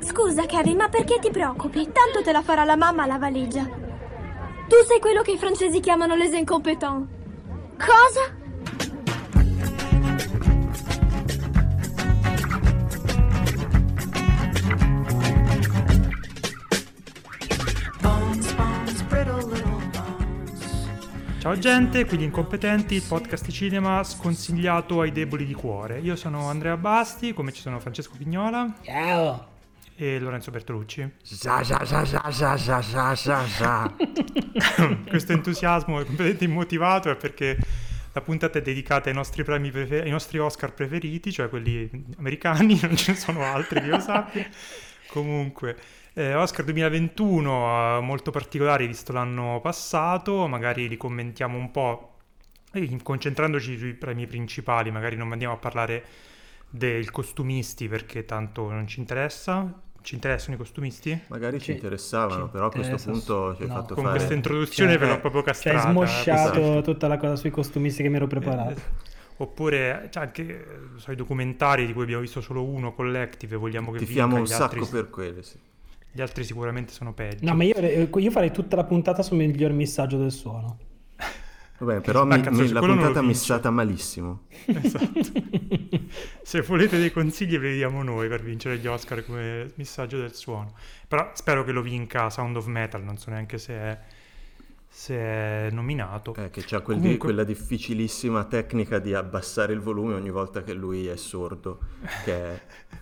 Scusa, Kevin, ma perché ti preoccupi? Tanto te la farà la mamma la valigia. Tu sei quello che i francesi chiamano les incompetents. Cosa? Ciao gente, qui gli Incompetenti, il podcast di cinema sconsigliato ai deboli di cuore. Io sono Andrea Basti, come ci sono Francesco Pignola. Ciao. E Lorenzo Bertolucci. Za. Questo entusiasmo è completamente immotivato, è perché la puntata è dedicata ai nostri premi ai nostri Oscar preferiti, cioè quelli americani, non ce ne sono altri che io sappia. Comunque, Oscar 2021 molto particolari visto l'anno passato, magari li commentiamo un po', concentrandoci sui premi principali, magari non andiamo a parlare dei costumisti perché tanto non ci interessa. Ci interessano i costumisti? Magari ci interessavano, però a questo punto ci hai fatto con fare... questa introduzione ve l'ho proprio castrata. Cioè, smosciato tutta la cosa sui costumisti che mi ero preparato. Oppure c'è anche i documentari di cui abbiamo visto solo uno, Collective, vogliamo che Tifiamo vinca, un sacco per quelli, sì. Gli altri sicuramente sono peggio. No, ma io farei tutta la puntata sul miglior missaggio del suono. Vabbè, però la puntata è missata malissimo. Esatto. Se volete dei consigli ve li diamo noi per vincere gli Oscar come missaggio del suono. Però spero che lo vinca Sound of Metal, non so neanche se è nominato. Che c'ha quella difficilissima tecnica di abbassare il volume ogni volta che lui è sordo, che è...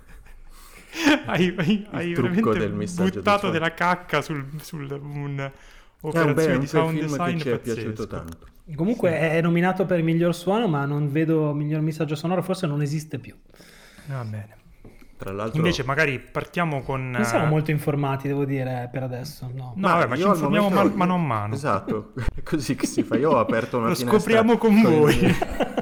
hai trucco del missaggio buttato del della cacca su un'operazione di sound film design che ci è pazzesco. piaciuto tanto. Comunque è nominato per il miglior suono, ma non vedo miglior missaggio sonoro, forse non esiste più. Va bene. Tra l'altro... Invece magari partiamo con... Non siamo molto informati, devo dire, per adesso. No, vabbè, ma ci informiamo mano a mano. Esatto, è così che si fa. Io ho aperto una finestra... Lo scopriamo con voi.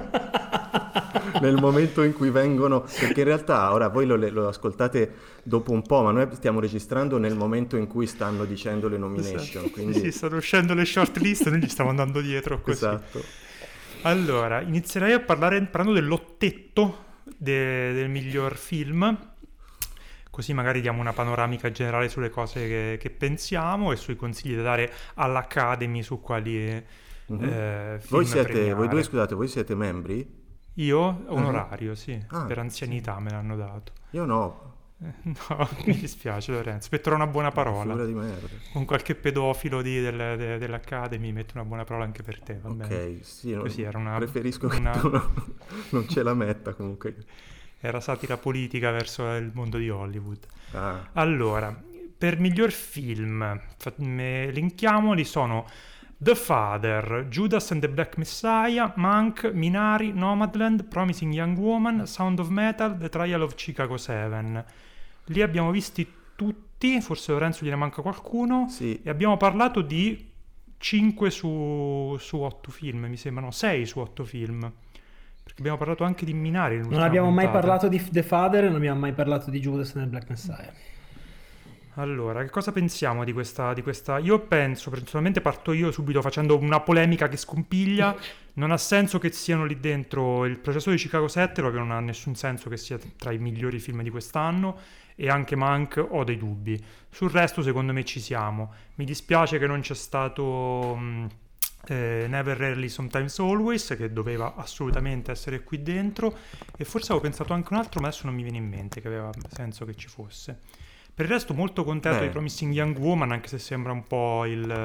Nel momento in cui vengono, perché in realtà ora voi lo ascoltate dopo un po', ma noi stiamo registrando nel momento in cui stanno dicendo le nomination, esatto. quindi... Sì, stanno uscendo le short list e noi gli stiamo andando dietro così. Esatto. Allora, inizierei parlando dell'ottetto del miglior film, così magari diamo una panoramica generale sulle cose che pensiamo e sui consigli da dare all'Academy su quali film premiare. Voi siete membri? Io onorario, sì, per anzianità me l'hanno dato. Io no. No, mi dispiace Lorenzo, metterò una buona parola. Figura di merda. Con qualche pedofilo dell'Academy metto una buona parola anche per te, va bene? Ok, sì, così era preferisco che tu non ce la metta comunque. Era satira politica verso il mondo di Hollywood. Ah. Allora, per miglior film, elenchiamoli, sono The Father, Judas and the Black Messiah, Mank, Minari, Nomadland, Promising Young Woman, Sound of Metal, The Trial of Chicago 7. Li abbiamo visti tutti, forse Lorenzo gliene manca qualcuno, sì. E abbiamo parlato di 5 su 8 film, mi sembrano 6 su 8 film. Perché abbiamo parlato anche di Minari. Non abbiamo mai parlato di The Father, non abbiamo mai parlato di Judas and the Black Messiah. Allora, che cosa pensiamo di questa? Io penso, personalmente parto io subito facendo una polemica che scompiglia. Non ha senso che siano lì dentro. Il processo di Chicago 7 proprio non ha nessun senso che sia tra i migliori film di quest'anno, e anche Mank ho dei dubbi. Sul resto secondo me ci siamo. Mi dispiace che non c'è stato Never Rarely Sometimes Always, che doveva assolutamente essere qui dentro, e forse avevo pensato anche un altro, ma adesso non mi viene in mente che aveva senso che ci fosse. Per il resto molto contento di Promising Young Woman, anche se sembra un po'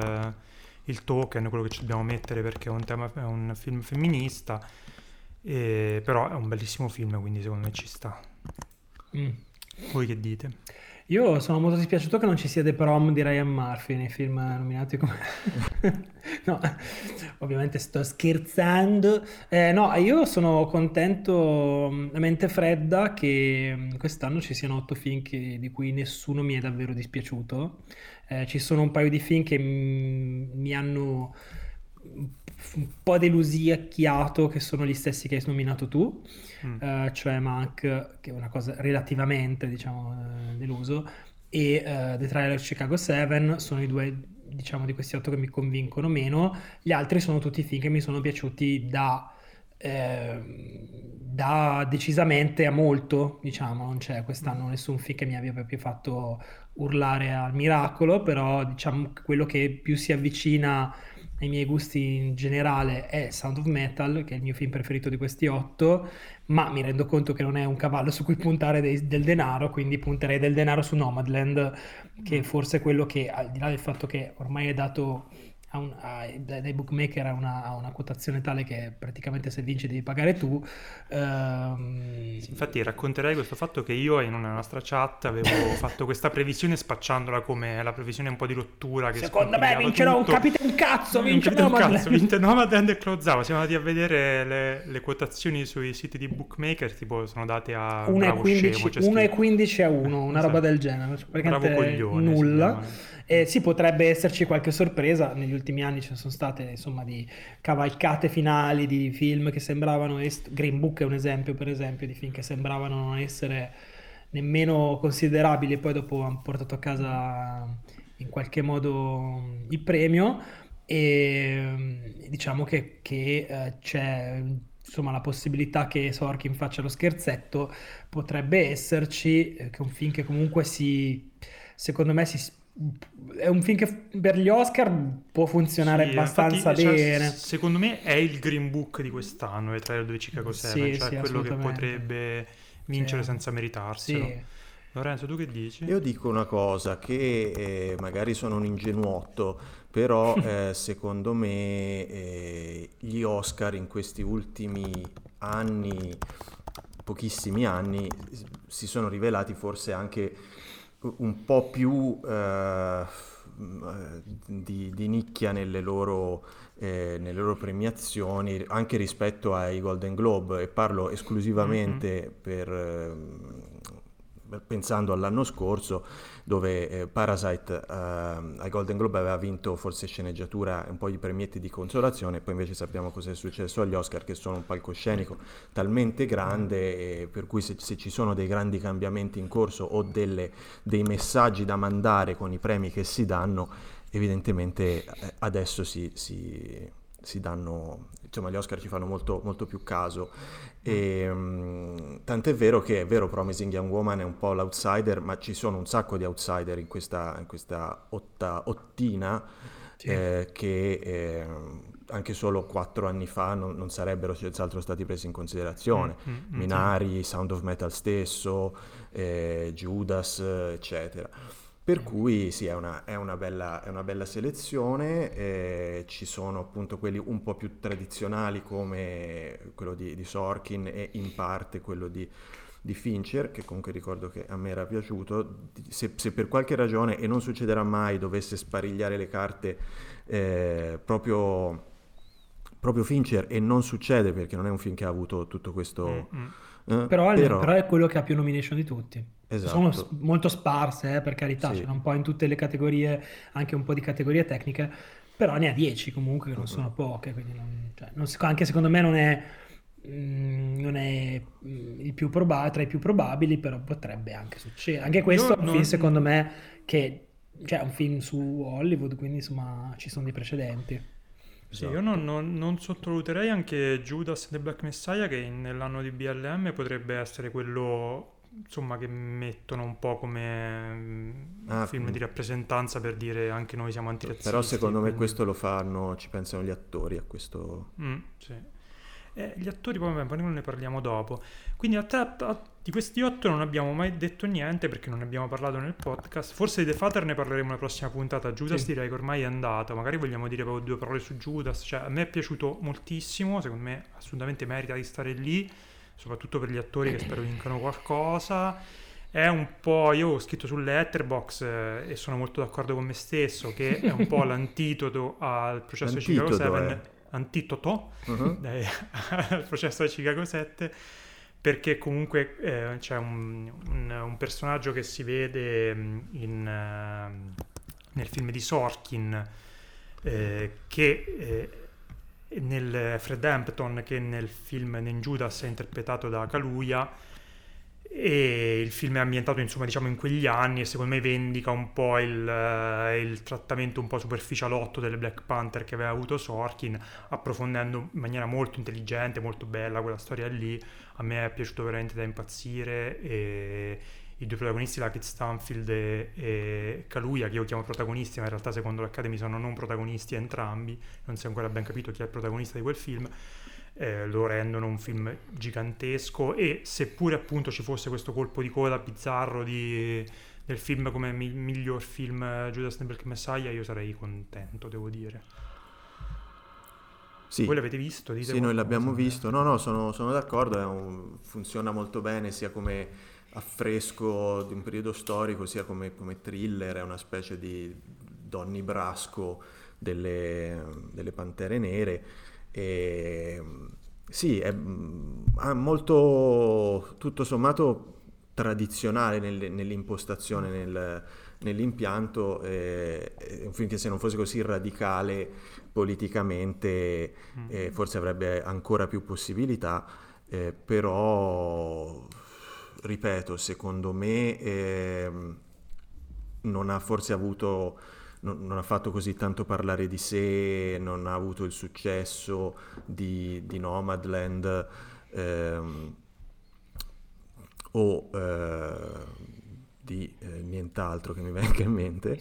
il token, quello che ci dobbiamo mettere perché è un film femminista, però è un bellissimo film, quindi secondo me ci sta. Voi che dite? Io sono molto dispiaciuto che non ci sia The Prom di Ryan Murphy nei film nominati come... No, ovviamente sto scherzando. No, io sono contento a mente fredda che quest'anno ci siano 8 film di cui nessuno mi è davvero dispiaciuto. Ci sono un paio di film che mi hanno un po' delusiacchiato, che sono gli stessi che hai nominato tu, cioè Mank, che è una cosa relativamente, diciamo, deluso, e The Trial of Chicago 7 sono i due, diciamo, di questi 8 che mi convincono meno. Gli altri sono tutti film che mi sono piaciuti da dà decisamente a molto, diciamo, non c'è quest'anno nessun film che mi abbia proprio fatto urlare al miracolo, però diciamo che quello che più si avvicina ai miei gusti in generale è Sound of Metal, che è il mio film preferito di questi 8, ma mi rendo conto che non è un cavallo su cui puntare del denaro, quindi punterei del denaro su Nomadland, che forse è quello che, al di là del fatto che ormai è dato dai bookmaker a una quotazione tale che praticamente se vinci devi pagare tu. Sì, infatti racconterei questo fatto che io in una nostra chat avevo fatto questa previsione spacciandola come la previsione un po' di rottura che secondo me vincerò tutto. un capite un cazzo, vince Nomadland e Close Out. Siamo andati a vedere le quotazioni sui siti di bookmaker, tipo sono date a 1,15 a 1, una roba del genere, bravo coglione, nulla. Sì, potrebbe esserci qualche sorpresa. Negli ultimi anni ci sono state insomma di cavalcate finali di film che sembravano Green Book è un esempio, per esempio, di film che sembravano non essere nemmeno considerabili e poi dopo hanno portato a casa in qualche modo il premio. E diciamo che c'è insomma la possibilità che Sorkin faccia lo scherzetto, potrebbe esserci, che è un film che comunque secondo me è un film che per gli Oscar può funzionare abbastanza bene. Secondo me è il Green Book di quest'anno, il trailer di Chicago 7, cioè quello che potrebbe vincere senza meritarselo. Sì. Lorenzo, tu che dici? Io dico una cosa che magari sono un ingenuotto, però secondo me gli Oscar in questi ultimi anni, pochissimi anni, si sono rivelati forse anche un po' più di nicchia nelle loro premiazioni, anche rispetto ai Golden Globe, e parlo esclusivamente pensando all'anno scorso, dove Parasite ai Golden Globe aveva vinto forse sceneggiatura e un po' di premietti di consolazione, e poi invece sappiamo cosa è successo agli Oscar, che sono un palcoscenico talmente grande per cui se ci sono dei grandi cambiamenti in corso o dei messaggi da mandare con i premi che si danno, evidentemente adesso si danno, insomma gli Oscar ci fanno molto, molto più caso. Tant'è vero che è vero, Promising Young Woman è un po' l'outsider, ma ci sono un sacco di outsider in questa ottina, sì. Che anche solo 4 anni fa non sarebbero senz'altro stati presi in considerazione. Minari, Sound of Metal stesso, Judas, eccetera. Per cui sì, è una bella selezione. Ci sono appunto quelli un po' più tradizionali come quello di Sorkin e in parte quello di Fincher, che comunque ricordo che a me era piaciuto. Se per qualche ragione, e non succederà mai, dovesse sparigliare le carte proprio Fincher, e non succede perché non è un film che ha avuto tutto questo... Però è quello che ha più nomination di tutti. Esatto. Sono molto sparse, per carità, sì. C'è un po' in tutte le categorie, anche un po' di categorie tecniche, però ne ha 10 comunque, che non sono poche, quindi anche secondo me non è il più tra i più probabili, però potrebbe anche succedere. Anche questo è un film, secondo me, che è un film su Hollywood, quindi insomma ci sono dei precedenti. Sì, io non sottovaluterei anche Judas and the Black Messiah, che nell'anno di BLM potrebbe essere quello, insomma, che mettono un po' come film di rappresentanza, per dire anche noi siamo antirazzisti. Però secondo me questo lo fanno, ci pensano gli attori a questo. Sì. Gli attori poi ne parliamo dopo. Quindi di questi 8 non abbiamo mai detto niente perché non ne abbiamo parlato nel podcast. Forse di The Father ne parleremo nella prossima puntata. Judas sì. Direi che ormai è andato. Magari vogliamo dire proprio 2 parole su Judas. Cioè, a me è piaciuto moltissimo. Secondo me assolutamente merita di stare lì, soprattutto per gli attori che spero vincano qualcosa. È un po', io ho scritto su Letterboxd e sono molto d'accordo con me stesso, che è un po' l'antitoto al processo di Chicago 7. Antitoto al processo di Chicago 7, perché comunque c'è un personaggio che si vede nel film di Sorkin, che nel Fred Hampton, che nel film in Judas è interpretato da Kaluuya, E il film è ambientato, insomma, diciamo in quegli anni, e secondo me vendica un po' il trattamento un po' superficialotto delle Black Panther che aveva avuto Sorkin, approfondendo in maniera molto intelligente, molto bella quella storia lì. A me è piaciuto veramente da impazzire, e i due protagonisti, la Kate Stanfield e Kaluuya, che io chiamo protagonisti, ma in realtà secondo l'Academy sono non protagonisti entrambi, non si è ancora ben capito chi è il protagonista di quel film. Lo rendono un film gigantesco, e seppure appunto ci fosse questo colpo di coda bizzarro del film come miglior film Judas and the Black Messiah, io sarei contento, devo dire. Sì. Voi l'avete visto? Dite Sì, noi qualcosa? l'abbiamo visto. No, sono d'accordo, funziona molto bene sia come affresco di un periodo storico, sia come thriller, è una specie di Donnie Brasco delle Pantere Nere. E, sì, è molto, tutto sommato, tradizionale nell'impostazione, nell'impianto. È un film che, se non fosse così radicale politicamente, forse avrebbe ancora più possibilità, però, ripeto, secondo me non ha forse avuto... Non ha fatto così tanto parlare di sé, non ha avuto il successo di Nomadland, o di nient'altro che mi venga in mente.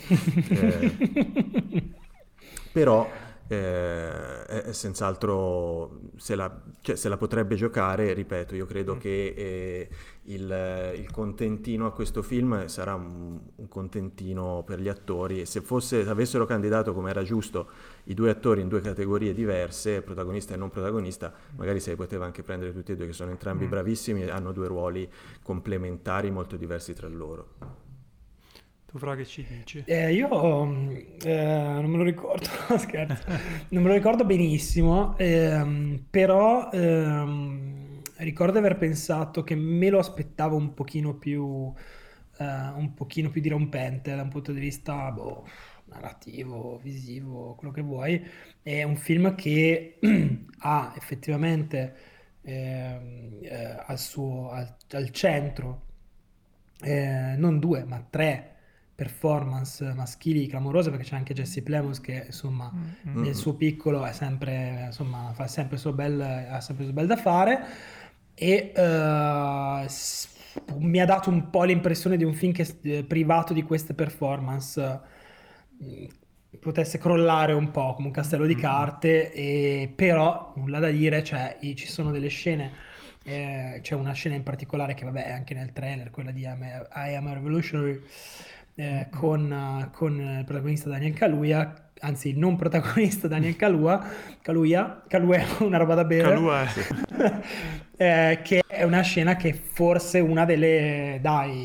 Però è senz'altro se la potrebbe giocare. Ripeto, io credo che il contentino a questo film sarà un contentino per gli attori, e se avessero candidato, come era giusto, i due attori in due categorie diverse, protagonista e non protagonista, magari se li poteva anche prendere tutti e due, che sono entrambi bravissimi e hanno due ruoli complementari molto diversi tra loro. Tu, Fra, che ci dici? Io non me lo ricordo, no, scherzo, non me lo ricordo benissimo, però ricordo di aver pensato che me lo aspettavo un pochino più dirompente da un punto di vista narrativo, visivo, quello che vuoi. È un film che ha effettivamente al centro non due ma tre performance maschili clamorose, perché c'è anche Jesse Plemons che, insomma, nel suo piccolo è sempre, insomma, ha sempre il suo bel da fare, e mi ha dato un po' l'impressione di un film che, privato di queste performance, potesse crollare un po' come un castello di carte, però nulla da dire, cioè ci sono delle scene. C'è una scena in particolare che, vabbè, è anche nel trailer, quella di I Am a Revolutionary, con il protagonista Daniel Kaluuya, anzi il non protagonista Daniel Kaluuya è una roba da bere. Kaluuya, sì. Che è una scena che forse una delle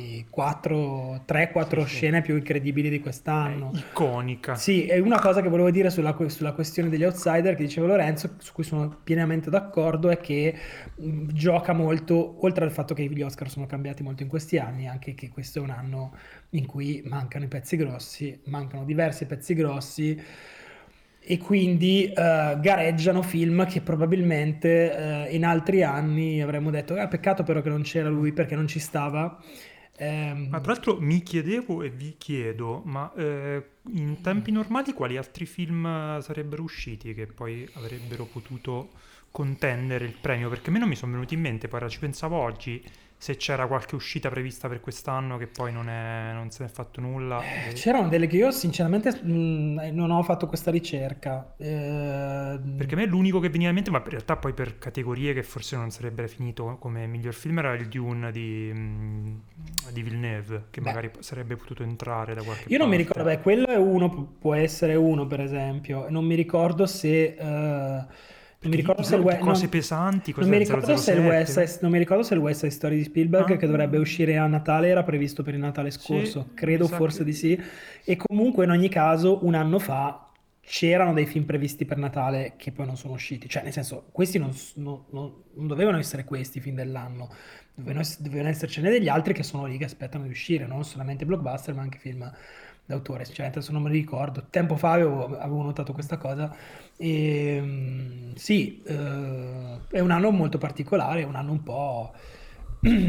3-4 scene più incredibili di quest'anno. È iconica. Sì, e una cosa che volevo dire sulla questione degli outsider, che diceva Lorenzo, su cui sono pienamente d'accordo, è che gioca molto, oltre al fatto che gli Oscar sono cambiati molto in questi anni, anche che questo è un anno in cui mancano i pezzi grossi, mancano diversi pezzi grossi, e quindi gareggiano film che probabilmente in altri anni avremmo detto peccato però che non c'era lui, perché non ci stava. Ma tra l'altro mi chiedevo e vi chiedo, ma in tempi normali quali altri film sarebbero usciti che poi avrebbero potuto contendere il premio? Perché a me non mi sono venuti in mente, poi ci pensavo oggi, se c'era qualche uscita prevista per quest'anno che poi non se ne è fatto nulla. C'erano delle che io sinceramente non ho fatto questa ricerca. Perché a me l'unico che veniva in mente, ma in realtà poi per categorie che forse non sarebbe finito come miglior film, era il Dune di Villeneuve, che magari sarebbe potuto entrare da qualche parte. Io non mi ricordo, quello è uno, può essere uno per esempio, non mi ricordo se... non mi ricordo se cose pesanti, non mi ricordo se il West Side Story di Spielberg, che dovrebbe uscire a Natale, era previsto per il Natale scorso, sì, credo forse di sì, e comunque in ogni caso un anno fa c'erano dei film previsti per Natale che poi non sono usciti, cioè nel senso questi non dovevano essere questi i film dell'anno, dovevano essercene degli altri che sono lì che aspettano di uscire, non solamente blockbuster ma anche film d'autore. Cioè, adesso non me lo ricordo, tempo fa avevo notato questa cosa, e sì, è un anno molto particolare, è un anno un po'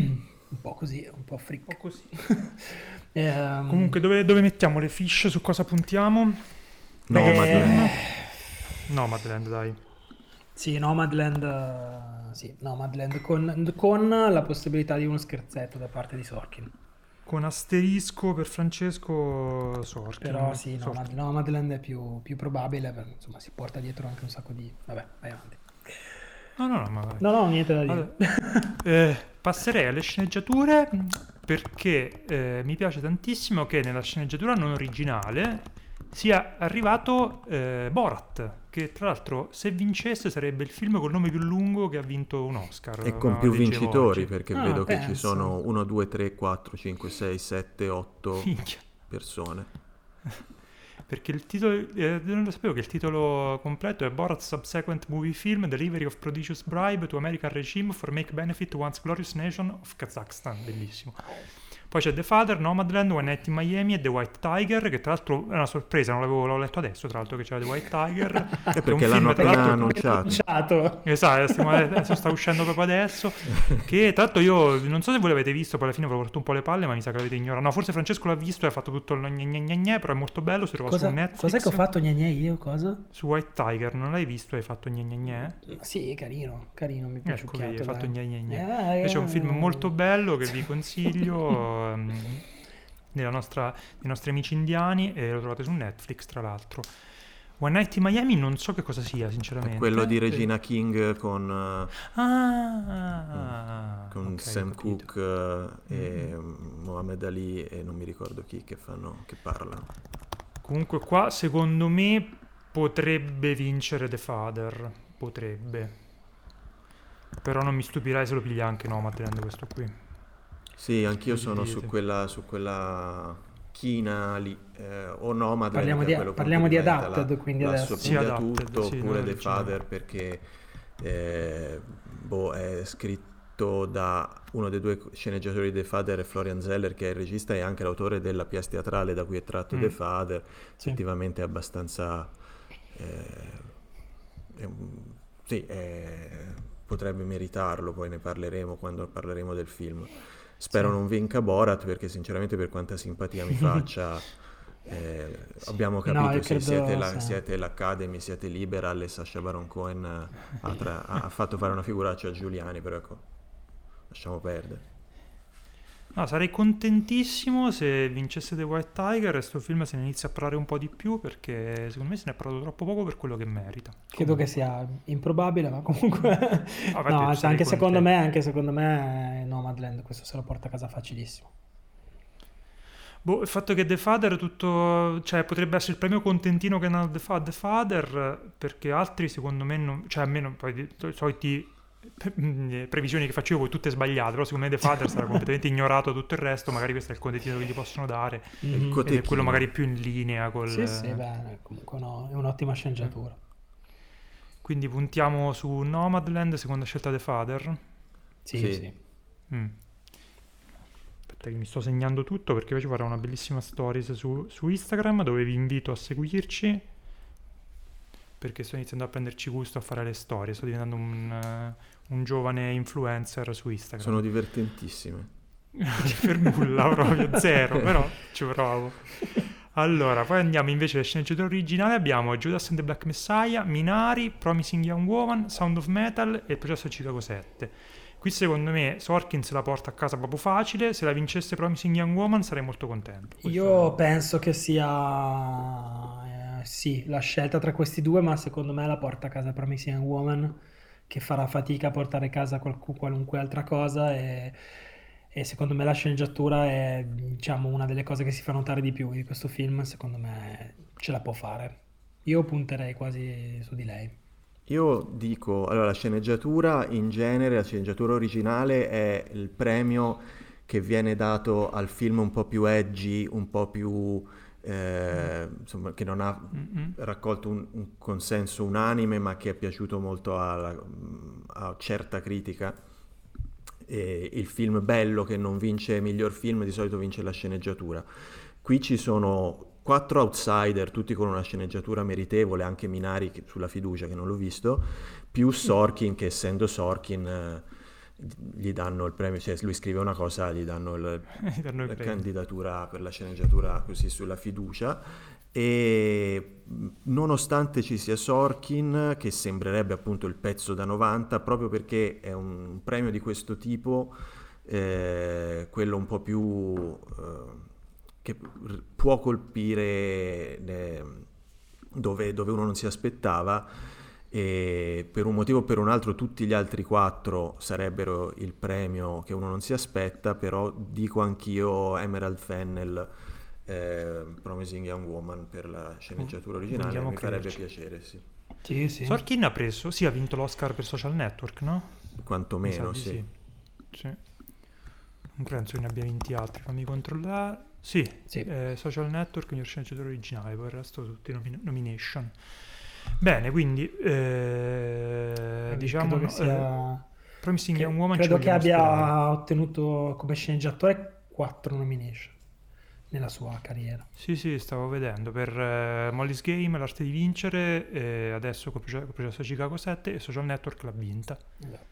un po' così, un po' Un po' freak. così. Ehm, Comunque, dove mettiamo le fiche? Su cosa puntiamo? Nomadland. eh, Nomadland, dai. sì, Nomadland con la possibilità di uno scherzetto da parte di Sorkin. Con asterisco per Francesco Sorkin. Però sì, Sorkin. Nomadland è più probabile, perché, insomma, si porta dietro anche un sacco di... Vabbè, vai avanti. No, ma vai. No, niente da dire. Allora, passerei alle sceneggiature perché mi piace tantissimo che nella sceneggiatura non originale sia arrivato Borat, che tra l'altro se vincesse sarebbe il film col nome più lungo che ha vinto un Oscar. E con ma più leggevo vincitori, oggi. perché Ah, vedo che ci penso. sono 1, 2, 3, 4, 5, 6, 7, 8 Minchia. persone. Perché il titolo, non lo sapevo che il titolo completo è Borat Subsequent Movie Film Delivery of Prodigious Bribe to American Regime for Make Benefit Once Glorious Nation of Kazakhstan. Bellissimo. Poi c'è The Father, Nomadland, One Night in Miami e The White Tiger, che tra l'altro è una sorpresa, l'ho letto adesso tra l'altro che c'era The White Tiger. È che è un perché film, l'hanno tra appena l'altro, annunciato. Esatto, adesso sta uscendo proprio adesso. Che tra l'altro io non so se voi l'avete visto, poi alla fine ve l'ho rotto un po' le palle, ma mi sa che l'avete ignorato. No, forse Francesco l'ha visto e ha fatto tutto il gne, però è molto bello, si trova su Netflix. Cos'è che ho fatto gne io? Cosa? Su White Tiger, non l'hai visto? Hai fatto gne? Sì, carino, mi piace Ecco, vedi, hai fatto gne. Eh, Invece è un film molto bello che vi consiglio nei nostri amici indiani e lo trovate su Netflix, tra l'altro. One Night in Miami non so che cosa sia, sinceramente. È quello di Regina King con Ok, Sam ho capito. Cooke e Mohammed Ali e non mi ricordo chi che parlano. Comunque qua, secondo me, potrebbe vincere The Father. Potrebbe. Però non mi stupirei se lo piglia anche Nomadland questo qui. Sì, anch'io Voi sono dite. su quella china lì, o Nomadland, Parliamo che di- è quello con parliamo cui di diventa Adapted, quindi la adesso. Sì, assomiglia Adapted, tutto, sì, oppure non The originale. Father perché è scritto da uno dei due sceneggiatori di The Father, Florian Zeller, che è il regista e anche l'autore della pièce teatrale da cui è tratto The Father. Sì. Effettivamente è abbastanza... sì, potrebbe meritarlo, poi ne parleremo quando parleremo del film. Spero Sì. non vinca Borat perché sinceramente per quanta simpatia mi faccia, abbiamo capito, No, io se credo, sì. siete l'Academy, siete Liberal e Sacha Baron Cohen ha fatto fare una figuraccia a Giuliani, però ecco, lasciamo perdere. No, sarei contentissimo se vincesse The White Tiger e sto film se ne inizia a parlare un po' di più perché secondo me se ne è parlato troppo poco per quello che merita. Credo che sia improbabile, ma comunque... Infatti, No, sarei anche secondo me Nomadland questo se lo porta a casa facilissimo. Boh, il fatto che The Father tutto, cioè potrebbe essere il premio contentino che hanno The Father perché altri secondo me non, cioè almeno poi i soliti previsioni che facevo poi tutte sbagliate, però secondo me The Father sarà completamente ignorato tutto il resto, magari questo è il contentino che gli possono dare Il Mhm. ed è cotechino. quello magari più in linea col... Sì, beh, comunque no, è un'ottima sceneggiatura. Quindi puntiamo su Nomadland, seconda scelta The Father. Sì. Mm. Aspetta che mi sto segnando tutto perché poi ci farò una bellissima stories su Instagram dove vi invito a seguirci perché sto iniziando a prenderci gusto a fare le storie, sto diventando un giovane influencer su Instagram. Sono divertentissime. Per nulla, proprio zero, però ci provo. Allora, poi andiamo invece alle sceneggiature originali, abbiamo Judas and the Black Messiah, Minari, Promising Young Woman, Sound of Metal e il processo a Chicago 7. Qui secondo me Sorkin se la porta a casa proprio facile, se la vincesse Promising Young Woman sarei molto contento. Io penso che sia sì, la scelta tra questi due, ma secondo me la porta a casa Promising Young Woman, che farà fatica a portare a casa qualunque altra cosa e secondo me la sceneggiatura è, diciamo, una delle cose che si fa notare di più di questo film, secondo me ce la può fare. Io punterei quasi su di lei. Io dico, allora la sceneggiatura in genere, la sceneggiatura originale è il premio che viene dato al film un po' più edgy, un po' più, insomma, che non ha raccolto un consenso unanime, ma che è piaciuto molto a certa critica. E il film bello che non vince miglior film, di solito vince la sceneggiatura. Qui ci sono 4 outsider, tutti con una sceneggiatura meritevole, anche Minari sulla fiducia che non l'ho visto, più Sorkin che essendo Sorkin gli danno il premio, cioè lui scrive una cosa, gli danno il la premio. candidatura per la sceneggiatura così sulla fiducia. E nonostante ci sia Sorkin, che sembrerebbe appunto il pezzo da 90, proprio perché è un premio di questo tipo, quello un po' più che può colpire dove uno non si aspettava, e per un motivo o per un altro tutti gli altri 4 sarebbero il premio che uno non si aspetta, però dico anch'io Emerald Fennell, Promising Young Woman per la sceneggiatura originale, Vogliamo mi farebbe crederci. piacere, sì. Sì. Sorkin ha vinto l'Oscar per Social Network, no? Quantomeno, Mi sa sì. di sì. Non penso che ne abbia vinti altri, fammi controllare. Sì. Social Network, miglior sceneggiatura originale, poi il resto tutti nomination. Bene, quindi diciamo credo che sia... Promising Young Woman ci credo che vogliamo abbia sperare. ottenuto come sceneggiatore 4 nomination nella sua carriera. Sì, stavo vedendo per Molly's Game, L'arte di vincere, e adesso col processo Chicago 7 e Social Network l'ha vinta. Esatto.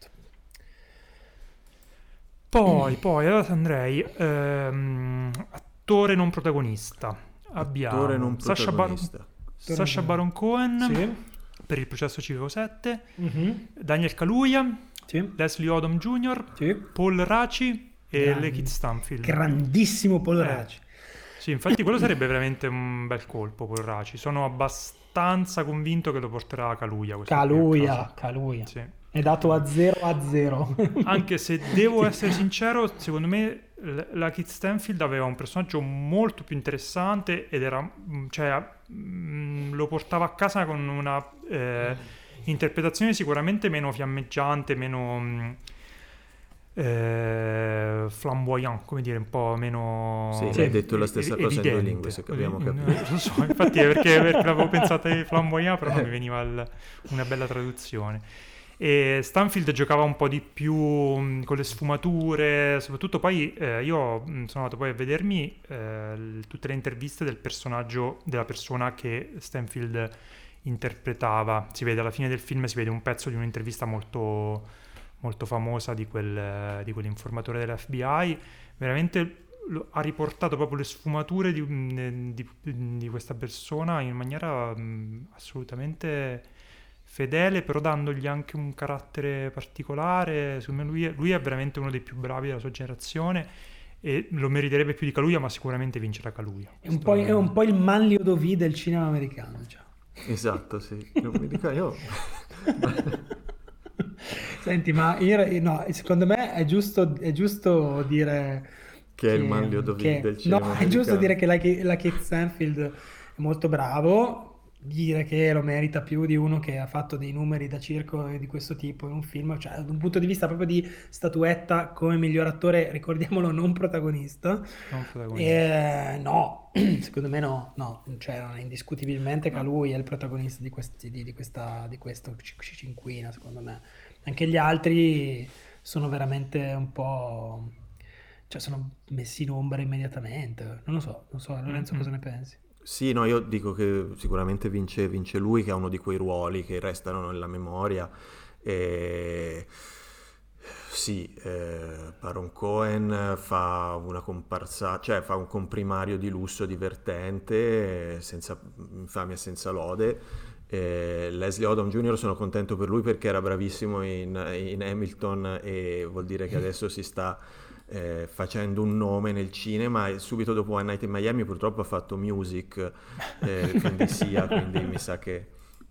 Poi allora andrei attore non protagonista. Abbiamo Attore non Sacha protagonista. Baron Cohen Sì. per il processo Chicago 7, Mhm. Daniel Kaluuya, Sì. Leslie Odom Jr., Sì. Paul Raci e Grande. Lakeith Stanfield. Grandissimo Paul Raci. Sì, infatti quello sarebbe veramente un bel colpo, Paul Raci. Sono abbastanza convinto che lo porterà Kaluuya. questo Kaluuya. Sì. È dato a 0-0. Anche se devo essere sincero, secondo me Lakeith Stanfield aveva un personaggio molto più interessante ed era, cioè, lo portava a casa con una interpretazione sicuramente meno fiammeggiante, meno flamboyant, come dire, un po' meno... Sì, hai detto la stessa cosa in 2 evidente. lingue, se abbiamo capito. Lo so, infatti è perché l'avevo pensato di flamboyant, però non mi veniva una bella traduzione. E Stanfield giocava un po' di più con le sfumature, soprattutto poi io sono andato poi a vedermi tutte le interviste del personaggio, della persona che Stanfield interpretava. Si vede alla fine del film, si vede un pezzo di un'intervista molto, molto famosa di quell'informatore dell'FBI. Veramente ha riportato proprio le sfumature di questa persona in maniera assolutamente fedele, però dandogli anche un carattere particolare. Secondo me lui è veramente uno dei più bravi della sua generazione e lo meriterebbe più di Kaluuya, ma sicuramente vincerà Kaluuya. È un po' il Manlio Dovi del cinema americano. Cioè. Esatto, sì. Non mi dica io. Senti, ma no, secondo me è giusto dire Che è il Manlio Dovi del cinema no, è americano. giusto dire che Lakeith Stanfield è molto bravo, dire che lo merita più di uno che ha fatto dei numeri da circo di questo tipo in un film, cioè da un punto di vista proprio di statuetta come miglior attore, ricordiamolo, non protagonista. Non protagonista. No, secondo me no, cioè indiscutibilmente Kaluuya è il protagonista di questa cinquina, secondo me. Anche gli altri sono veramente un po', cioè sono messi in ombra immediatamente. Non lo so, Lorenzo, cosa ne pensi? Sì, no, io dico che sicuramente vince lui, che ha uno di quei ruoli che restano nella memoria. Sì, Baron Cohen fa una comparsa, cioè fa un comprimario di lusso divertente, senza infamia e senza lode. Leslie Odom Jr. sono contento per lui perché era bravissimo in Hamilton e vuol dire che adesso si sta facendo un nome nel cinema, e subito dopo One Night in Miami purtroppo ha fatto Music, quindi mi sa che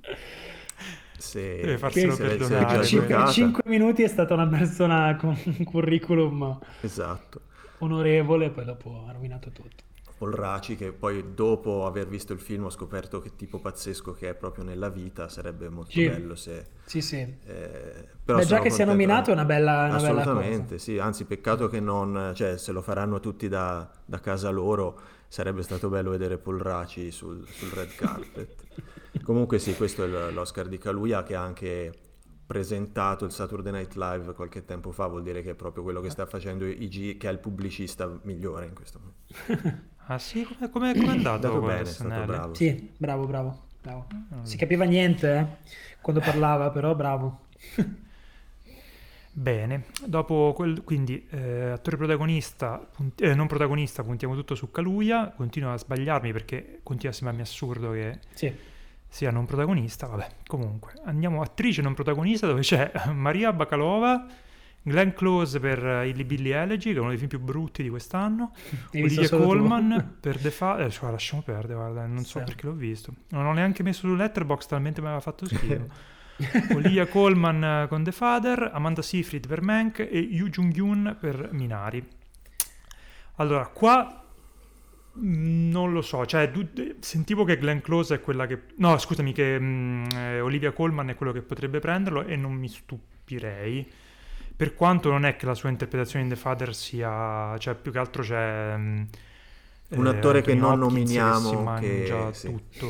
deve farselo perdonare. 5 minuti è stata una persona con un curriculum esatto, onorevole, poi dopo ha rovinato tutto. Paul Raci, che poi dopo aver visto il film ho scoperto che tipo pazzesco che è proprio nella vita, sarebbe molto bello se... Sì. Però già che sia nominato è una bella assolutamente, cosa. sì, anzi peccato che non, cioè se lo faranno tutti da casa loro, sarebbe stato bello vedere Paul Raci sul red carpet. Comunque sì, questo è l'Oscar di Kaluuya, che ha anche presentato il Saturday Night Live qualche tempo fa, vuol dire che è proprio quello che sta facendo IG, che è il pubblicista migliore in questo momento. Ah sì? Come è andato? Andato bene, è stato bravo. Sì, bravo. Si capiva niente quando parlava, però bravo. Bene, dopo quindi attore protagonista, non protagonista, puntiamo tutto su Kaluuya. Continuo a sbagliarmi perché continua a sembrarmi assurdo che Sì. sia non protagonista. Vabbè, comunque andiamo attrice non protagonista, dove c'è Maria Bakalova, Glenn Close per Hilly Billy Elegy, che è uno dei film più brutti di quest'anno, Hai visto Olivia solo tu? Colman per The Father, cioè, lasciamo perdere, guarda, non so Sì. perché l'ho visto, non ho neanche messo su Letterboxd, talmente mi aveva fatto schifo. Olivia Colman con The Father, Amanda Seyfried per Mank e Yoo Jung-yoon per Minari. Allora, qua non lo so, cioè sentivo che Glenn Close è quella che... No, scusami, che Olivia Colman è quello che potrebbe prenderlo e non mi stupirei, per quanto non è che la sua interpretazione in The Father sia... Cioè, più che altro c'è... Un attore che Anthony non Hopkins nominiamo, che si mangia sì. tutto.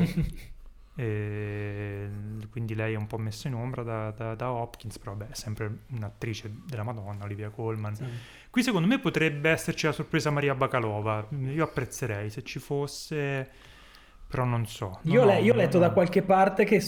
E quindi lei è un po' messa in ombra da Hopkins, però beh, è sempre un'attrice della Madonna, Olivia Colman. Sì. Qui secondo me potrebbe esserci la sorpresa Maria Bakalova, io apprezzerei se ci fosse, però non so. Io ho letto da qualche parte che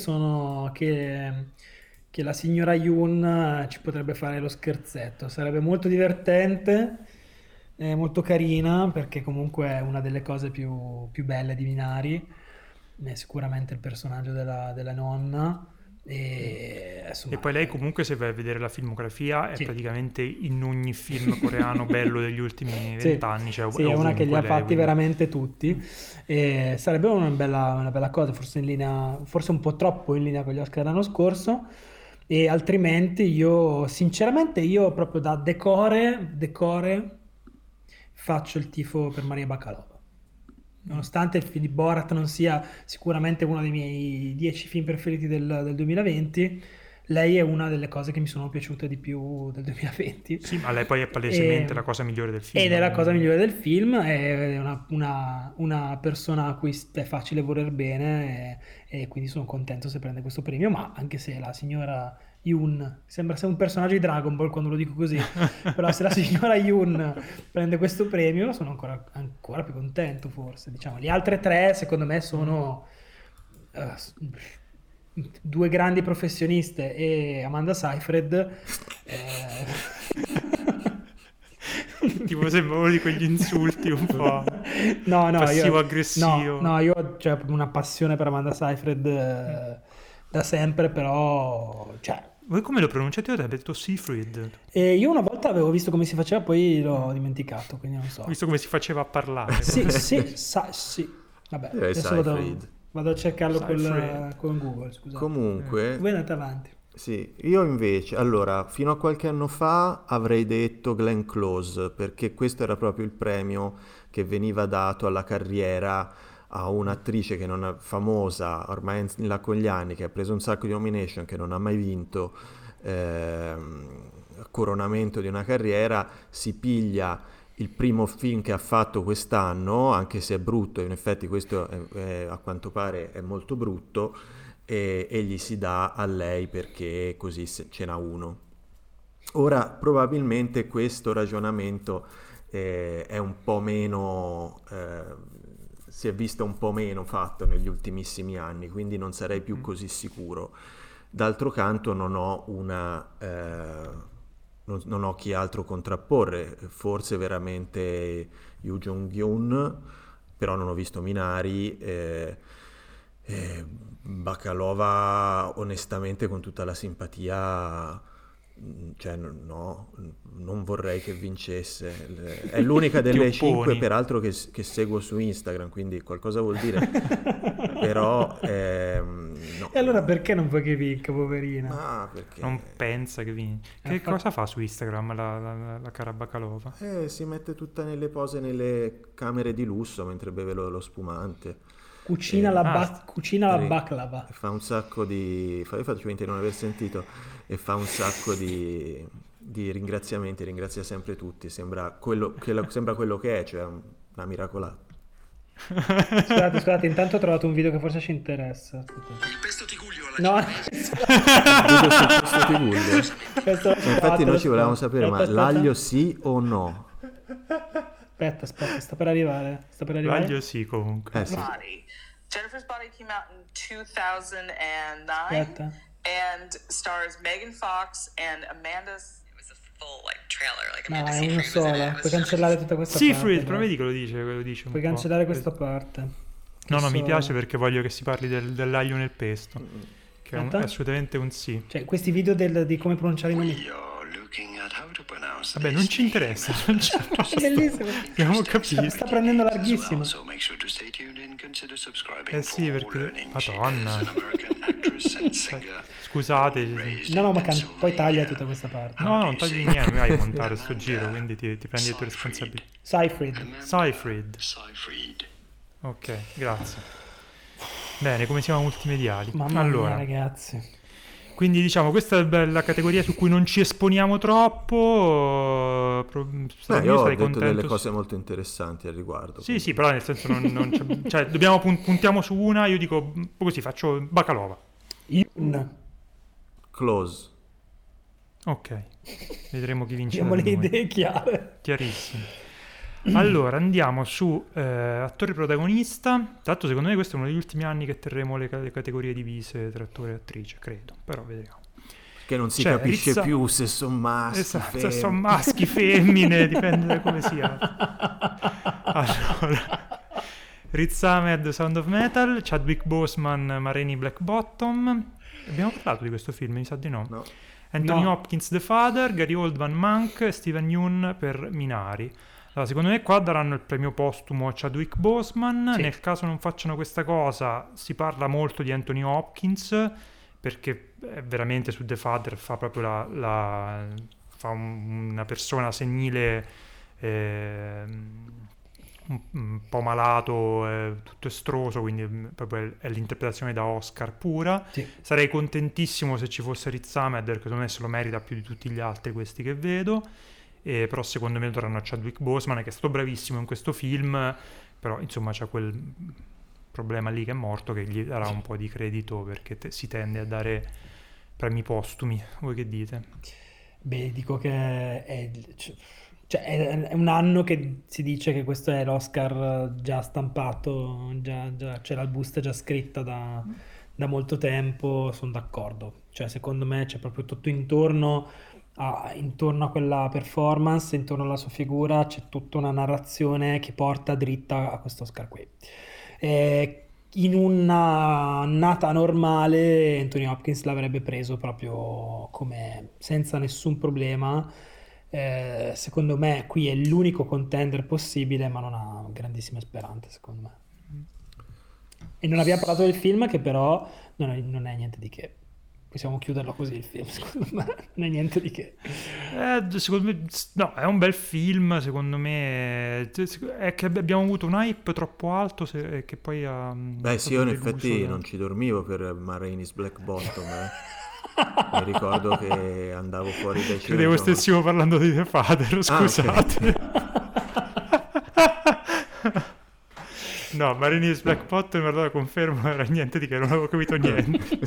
la signora Yoon ci potrebbe fare lo scherzetto, sarebbe molto divertente, molto carina, perché comunque è una delle cose più belle di Minari, è sicuramente il personaggio della nonna. E insomma, E poi lei comunque, se vai a vedere la filmografia, è Sì. praticamente in ogni film coreano bello degli ultimi Sì, 20 anni, cioè sì, è una che li ha ovunque lei, fatti quindi- veramente tutti. E sarebbe una bella cosa, forse in linea, forse un po' troppo in linea con gli Oscar l'anno scorso. E altrimenti sinceramente, proprio da decore faccio il tifo per Maria Bakalova. Nonostante il film di Borat non sia sicuramente uno dei miei 10 film preferiti del 2020, lei è una delle cose che mi sono piaciute di più del 2020. Sì, ma lei poi è palesemente E- la cosa migliore del film. Ed è la cosa migliore del film, è una persona a cui è facile voler bene e quindi sono contento se prende questo premio, ma anche se la signora Yoon, sembra un personaggio di Dragon Ball quando lo dico così, però se la signora Yoon prende questo premio sono ancora più contento forse, diciamo. Le altre tre secondo me sono due grandi professioniste e Amanda Seyfried Tipo sembra uno di quegli insulti un po' no, passivo-aggressivo. no, io ho cioè, una passione per Amanda Seyfried da sempre, però cioè, Voi come lo pronunciate? Io ho detto Seyfried. io una volta avevo visto come si faceva, poi l'ho dimenticato, quindi non so. Ho visto come si faceva a parlare. Sì. Vabbè, adesso Seyfried. vado a cercarlo Seyfried. con Google, scusate. Comunque, Voi andate avanti. sì, io invece, allora, fino a qualche anno fa avrei detto Glenn Close, perché questo era proprio il premio che veniva dato alla carriera a un'attrice che non è famosa, ormai in là con gli anni, che ha preso un sacco di nomination, che non ha mai vinto coronamento di una carriera, si piglia il primo film che ha fatto quest'anno, anche se è brutto, in effetti questo a quanto pare è molto brutto, e gli si dà a lei perché così ce n'ha uno. Ora, probabilmente questo ragionamento è un po' meno, si è visto un po' meno fatto negli ultimissimi anni, quindi non sarei più così sicuro. D'altro canto non ho non ho chi altro contrapporre, forse veramente Yoo Jung-yoon, però non ho visto Minari. Bakalova, onestamente, con tutta la simpatia, cioè no, non vorrei che vincesse. È l'unica delle Ti 5, opponi. peraltro, che seguo su Instagram, quindi qualcosa vuol dire. Però no. E allora perché non vuoi che vinca, poverina? Ah, perché Non pensa che vince. Che cosa fa su Instagram la cara Bakalova? si mette tutta nelle pose nelle camere di lusso mentre beve lo spumante. Cucina la baklava. Fa un sacco di... Faccio finta di non aver sentito. E fa un sacco di ringraziamenti, ringrazia sempre tutti. Sembra quello che è, cioè una miracolata. Scusate, intanto ho trovato un video che forse ci interessa. Il pesto tiguglio alla No, Vedo sul posto di Google. questo l'ho Infatti trovato, noi ci volevamo sapere, ma aspetta. l'aglio sì o no? Aspetta, sta per arrivare. L'aglio sì, comunque. Sì. Body. Jennifer's Body came out in 2009 Aspetta. and stars Megan Fox and Amanda. It was the No, è una sola. Puoi cancellare tutta questa Siegfried, parte. però vedi che lo dice un Puoi po'. cancellare questa parte. No, mi Adesso- piace perché voglio che si parli dell'aglio nel pesto, che è Aspetta. assolutamente un sì. Cioè, questi video di come pronunciare i nomi. Vabbè, non ci interessa. Non ci... È bellissimo. Abbiamo capito. Sta prendendo larghissimo. Eh sì, perché... Madonna. Scusate. No, ma poi taglia tutta questa parte. No, non tagli niente, non mi vai a montare sto giro, quindi ti prendi le tue responsabilità. Seyfried. Seyfried. Ok, grazie. Bene, come siamo multimediali? Mamma Allora, mia, ragazzi. quindi diciamo, questa è la categoria su cui non ci esponiamo troppo. Io ho sarei detto contento delle cose molto interessanti al riguardo. Sì, sì, però nel senso non cioè dobbiamo puntiamo su una, io dico così, faccio Bacalova. Close. Ok, vedremo chi vince. Abbiamo da le noi. idee chiare. Chiarissimo. Allora, andiamo su attore protagonista. Tra l'altro, secondo me questo è uno degli ultimi anni che terremo le categorie divise tra attore e attrice, credo, però vediamo. Che non si Cioè, capisce Rizza- più se sono maschi, Esatto, se femmine. sono maschi, femmine, dipende da come sia. Allora, Riz Ahmed, Sound of Metal, Chadwick Boseman, Ma Rainey Black Bottom. Abbiamo parlato di questo film, mi sa di no. No. Anthony No. Hopkins, The Father, Gary Oldman, Mank, Steven Yeun per Minari. Allora, secondo me qua daranno il premio postumo a Chadwick Boseman. Sì. Nel caso non facciano questa cosa, si parla molto di Anthony Hopkins, perché veramente su The Father fa proprio fa una persona senile, un po' malato, tutto estroso, quindi proprio è l'interpretazione da Oscar pura. Sì. Sarei contentissimo se ci fosse Riz Ahmed, perché secondo me se lo merita più di tutti gli altri questi che vedo. Però secondo me lo daranno a Chadwick Boseman, che è stato bravissimo in questo film, però insomma c'è quel problema lì che è morto, che gli darà un po' di credito, perché si tende a dare premi postumi. Voi che dite? Beh, dico che è un anno che si dice che questo è l'Oscar già stampato, già c'è la busta già scritta da molto tempo, sono d'accordo. Cioè, secondo me c'è proprio tutto intorno a quella performance, intorno alla sua figura, c'è tutta una narrazione che porta dritta a questo Oscar qui. In una annata normale Anthony Hopkins l'avrebbe preso proprio come senza nessun problema. Secondo me qui è l'unico contender possibile, ma non ha grandissime speranze, secondo me. E non abbiamo parlato del film, che però non è niente di che. Possiamo chiuderlo così il film, secondo me. Non è niente di che. Secondo me no, è un bel film, secondo me. È che abbiamo avuto un hype troppo alto che poi ha... Beh sì, io in effetti non ci dormivo per Ma Rainey's Black Bottom, Mi ricordo che andavo fuori dai Credevo cinema. stessimo parlando di The Father, scusate. No, Marini's Black Bottom, allora confermo, era niente di che, non avevo capito niente.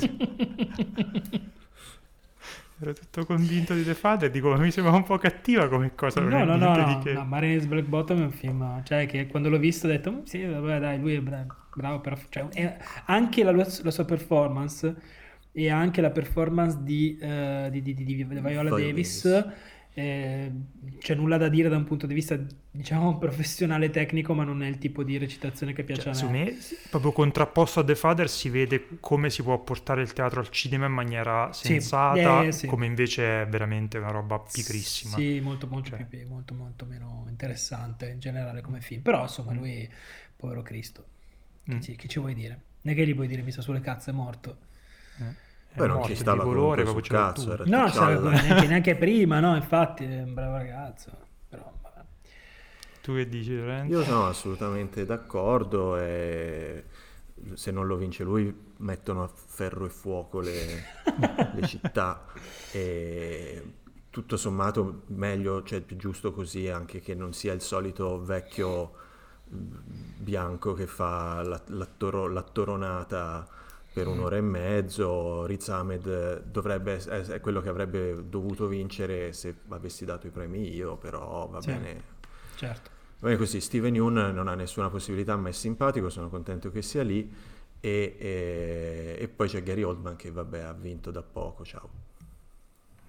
Ero tutto convinto di The Father, dico, mi sembra un po' cattiva come cosa, non è niente di che. No, Marines Black Bottom è un film, cioè, che quando l'ho visto ho detto, sì, vabbè, dai, lui è bravo, però, cioè, anche la sua performance e anche la performance di Viola Davis, c'è nulla da dire da un punto di vista, diciamo, professionale tecnico, ma non è il tipo di recitazione che piace a me. Su me, proprio contrapposto a The Father, si vede come si può portare il teatro al cinema in maniera sensata, sì. come invece è veramente una roba pigrissima. Sì, molto meno interessante in generale come film. Però, insomma, lui, povero Cristo, che ci vuoi dire? Non è che gli puoi dire, mi sta sulle cazzo, è morto. Poi non ci stava colore, comunque sul cazzo, era No, ticciata. neanche prima, no, infatti è un bravo ragazzo, però vabbè. Tu che dici, Lorenzo? Io sono assolutamente d'accordo, e se non lo vince lui mettono a ferro e fuoco le città, e tutto sommato meglio, cioè più giusto così, anche che non sia il solito vecchio bianco che fa l'attoronata per un'ora e mezzo. Riz Ahmed è quello che avrebbe dovuto vincere se avessi dato i premi io, però va bene. Certo. Va bene così. Steven Yeun non ha nessuna possibilità, ma è simpatico, sono contento che sia lì, e poi c'è Gary Oldman che vabbè ha vinto da poco, ciao.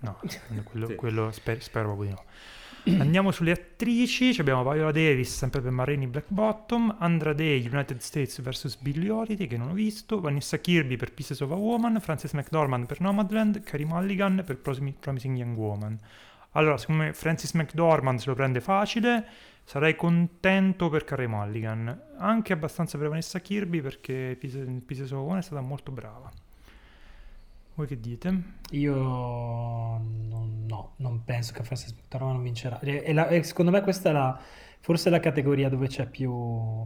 No, quello, Sì. quello spero proprio di no. Andiamo sulle attrici. Abbiamo Viola Davis, sempre per Ma Rainey Black Bottom, Andra Day, United States vs. Billie Holiday, che non ho visto, Vanessa Kirby per Pieces of a Woman, Frances McDormand per Nomadland, Carey Mulligan per Promising Young Woman. Allora, secondo me Frances McDormand se lo prende facile, sarei contento per Carey Mulligan, anche abbastanza per Vanessa Kirby, perché Pieces of a Woman è stata molto brava. Voi che dite? Io non penso che Frances McDormand non vincerà. E secondo me questa è forse la categoria dove c'è più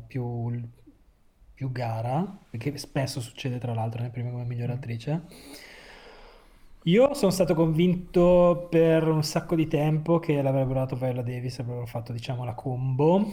gara, perché spesso succede tra l'altro nel premio come miglior attrice. Io sono stato convinto per un sacco di tempo che l'avrebbero dato Viola Davis, avrebbero fatto diciamo la combo.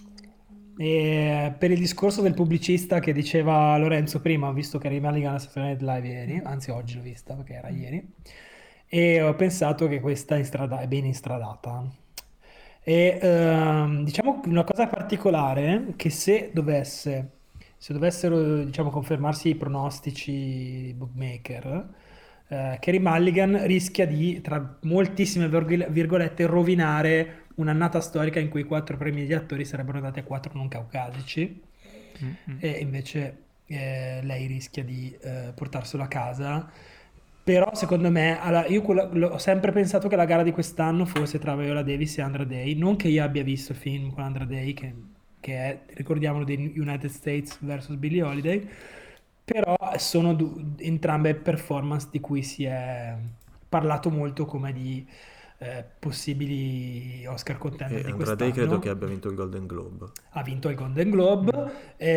E per il discorso del pubblicista che diceva Lorenzo prima, ho visto Carey Mulligan a Saturday Night Live ieri, anzi oggi l'ho vista perché era ieri, e ho pensato che questa è ben instradata. E diciamo una cosa particolare, che se dovessero diciamo confermarsi i pronostici bookmaker, Carey Mulligan rischia di, tra moltissime virgolette, rovinare un'annata storica in cui i 4 premi degli attori sarebbero andati a 4 non caucasici, e invece lei rischia di portarselo a casa. Però secondo me, io ho sempre pensato che la gara di quest'anno fosse tra Viola Davis e Andra Day, non che io abbia visto il film con Andra Day, che è, ricordiamolo, dei United States vs. Billie Holiday, però sono entrambe performance di cui si è parlato molto come di possibili Oscar contender di Andra Day quest'anno. credo che abbia vinto il Golden Globe. Ha vinto il Golden Globe.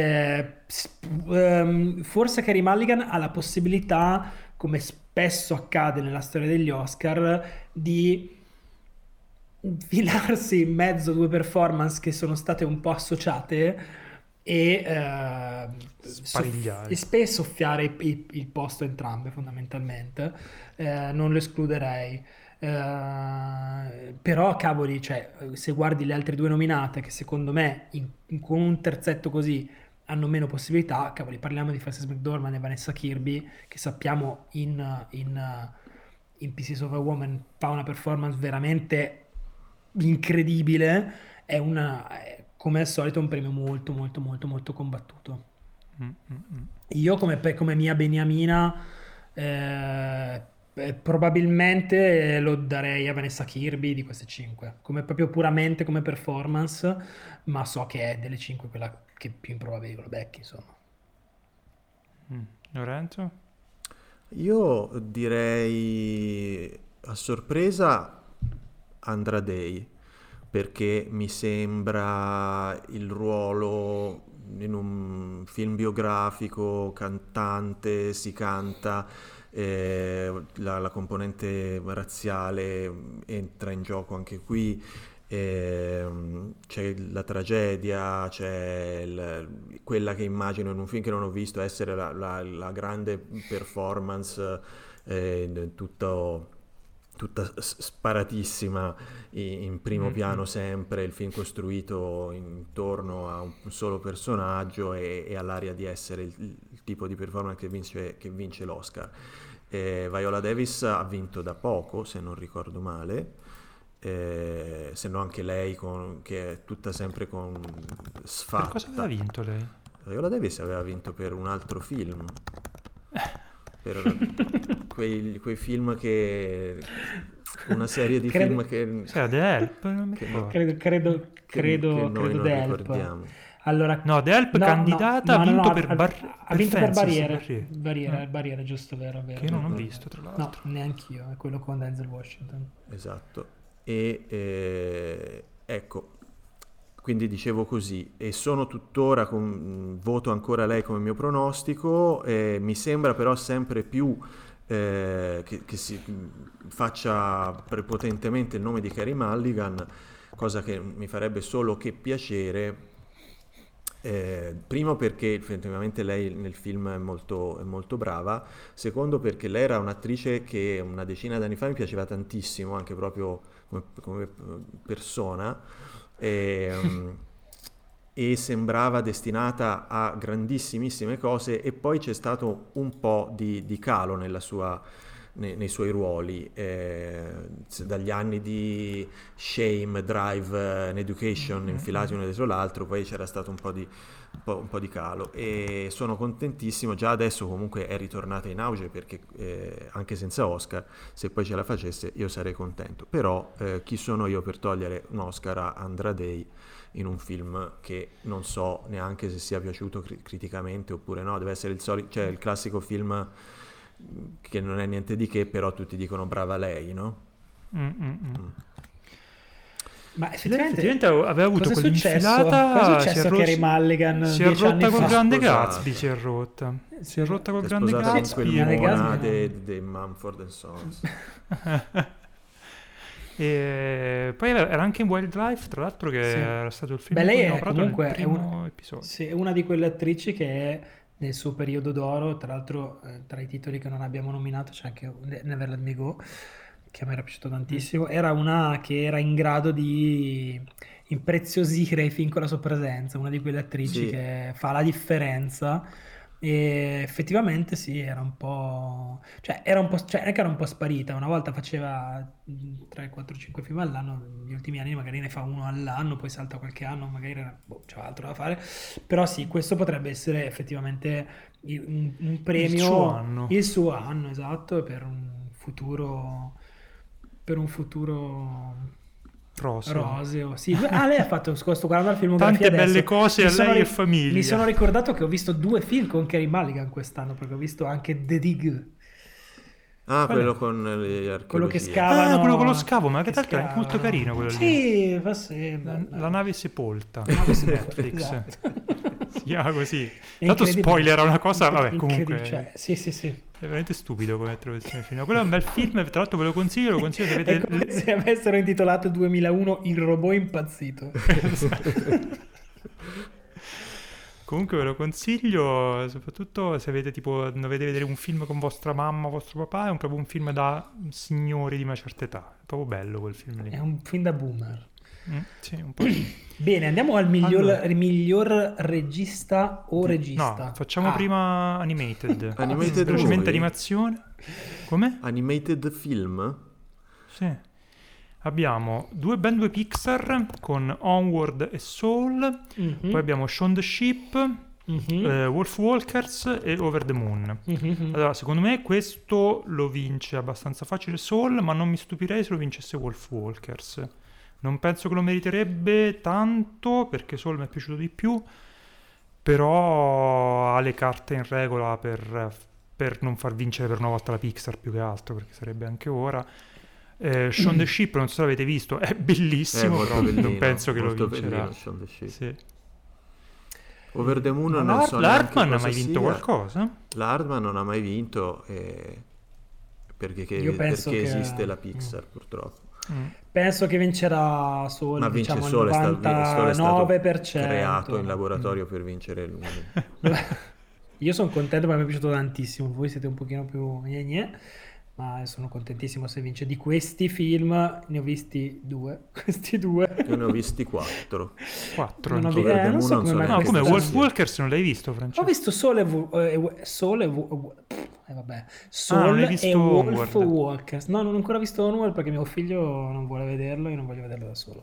Forse Carey Mulligan ha la possibilità, come spesso accade nella storia degli Oscar, di infilarsi in mezzo a 2 performance che sono state un po' associate e Sparigliare. soffiare il posto a entrambe, fondamentalmente. Non lo escluderei. Però cavoli, cioè, se guardi le altre 2 nominate, che secondo me con un terzetto così hanno meno possibilità, cavoli, parliamo di Frances McDormand e Vanessa Kirby, che sappiamo in Pieces of a Woman fa una performance veramente incredibile. È come al solito un premio molto molto molto molto combattuto. Io come mia beniamina probabilmente lo darei a Vanessa Kirby di queste 5, come proprio puramente come performance, ma so che è delle 5 quella che più improbabile lo becchi, insomma. Lorenzo? Io direi a sorpresa Andra Day, perché mi sembra il ruolo in un film biografico, cantante, si canta, la componente razziale entra in gioco anche qui, c'è la tragedia, c'è quella che immagino in un film che non ho visto essere la grande performance, tutta sparatissima in primo piano sempre, il film costruito intorno a un solo personaggio e all'aria di essere il tipo di performance che vince l'Oscar. Viola Davis ha vinto da poco, se non ricordo male, se no anche lei che è tutta sempre con sfatta. Per cosa aveva vinto lei? Viola Davis aveva vinto per un altro film, per quei film che una serie di film che Sì, The Help, non mi ricordo. Credo noi non The Help. ricordiamo. Allora, No, The Help candidata ha vinto per ha vinto per Fences, Barriere, giusto, vero, che io non ho visto, tra l'altro. No, neanch'io, è quello con Denzel Washington. Esatto. E ecco, quindi dicevo così, e sono tuttora voto ancora lei come mio pronostico, mi sembra però sempre più che si faccia prepotentemente il nome di Carey Mulligan, cosa che mi farebbe solo che piacere. Primo perché effettivamente lei nel film è molto brava, secondo perché lei era un'attrice che una decina d'anni fa mi piaceva tantissimo, anche proprio come persona, e sembrava destinata a grandissimissime cose, e poi c'è stato un po' di calo nella sua nei suoi ruoli, dagli anni di Shame, Drive, and Education infilati uno dietro l'altro, poi c'era stato un po' di calo, e sono contentissimo. Già adesso comunque è ritornata in auge, perché anche senza Oscar, se poi ce la facesse, io sarei contento. Però chi sono io per togliere un Oscar a Andra Day in un film che non so neanche se sia piaciuto criticamente oppure no? Deve essere cioè il classico film che non è niente di che, però tutti dicono brava lei, no? Ma effettivamente aveva avuto cosa è successo? quell'infilata. Cosa è successo a Carey Mulligan si è 10 anni rotta col fa? Grande Sposata. Gatsby, si è rotta col È Grande sposata con Gatsby. quel mona Gatsby. dei Mumford and Sons. E poi era anche in Wildlife, tra l'altro, che Sì. era stato il film Beh, in cui lei abbiamo è parlato comunque nel primo episodio. sì, è una di quelle attrici che è nel suo periodo d'oro. Tra l'altro, tra i titoli che non abbiamo nominato c'è anche Never Let Me Go, che a me era piaciuto tantissimo. Era una che era in grado di impreziosire i film con la sua presenza, una di quelle attrici Sì. che fa la differenza. E effettivamente sì, era un po', cioè non è che era un po' sparita. Una volta faceva 3, 4, 5 film all'anno, negli ultimi anni magari ne fa uno all'anno, poi salta qualche anno, magari c'è altro da fare. Però sì, questo potrebbe essere effettivamente un premio, il suo anno, esatto, per un futuro roseo. Sì, lei ha fatto, sto guardando la filmografia Tante adesso. belle cose a lei e famiglia. Mi sono ricordato che ho visto 2 film con Carey Mulligan quest'anno, perché ho visto anche The Dig. Quello con le archeologie. Quello che scavano. quello con lo scavo, ma che che tra l'altro è anche molto scavano. carino quello lì. Sì, fa sì. La nave sepolta. Netflix. Netflix. Si chiama così. È Tanto incredibile. spoiler era una cosa, vabbè, Incredibile, comunque cioè, sì. è veramente stupido come introduzione film. Quello è un bel film, tra l'altro ve lo consiglio se È avete come se avessero intitolato 2001 Il robot impazzito. Comunque ve lo consiglio, soprattutto se avete dovete vedere un film con vostra mamma, vostro papà, è proprio un film da signori di una certa età. È proprio bello quel film lì. È un film da boomer. Sì, un po'. Bene, andiamo al miglior regista o regista. No, facciamo prima Animated. Animated Velocemente movie? animazione. Come? Animated film? Sì. Abbiamo ben due Pixar con Onward e Soul. Poi abbiamo Shaun the Sheep, Wolf Walkers e Over the Moon. Allora, secondo me questo lo vince abbastanza facile Soul, ma non mi stupirei se lo vincesse Wolf Walkers. Non penso che lo meriterebbe tanto, perché Soul mi è piaciuto di più, però ha le carte in regola per non far vincere per una volta la Pixar, più che altro, perché sarebbe anche ora. Shaun the Sheep, non so se l'avete visto, è bellissimo, molto però bellino, non penso che lo molto vincerà. bellino Shaun the Sheep. Sì. Over the Moon Ma non so neanche l'Hartman ha cosa mai vinto sia. qualcosa? L'Hartman non ha mai vinto perché Io penso che esiste la Pixar, purtroppo. Penso che vincerà Soul, Ma vince diciamo, Soul, al Soul è stato 99%. creato in laboratorio per vincere lui. Io sono contento perché mi è piaciuto tantissimo. Voi siete un pochino più ma sono contentissimo se vince. Di questi film ne ho visti 2. Questi 2. Io ne ho visti 4. 4. Non ho Over the non Moon so non come so mai neanche No, come questo- Wolf Walkers non l'hai visto, Francesco? Ho visto Sole vabbè. Soul non hai e visto Wolf Onward? Walkers. No, non ho ancora visto Onward perché mio figlio non vuole vederlo e io non voglio vederlo da solo.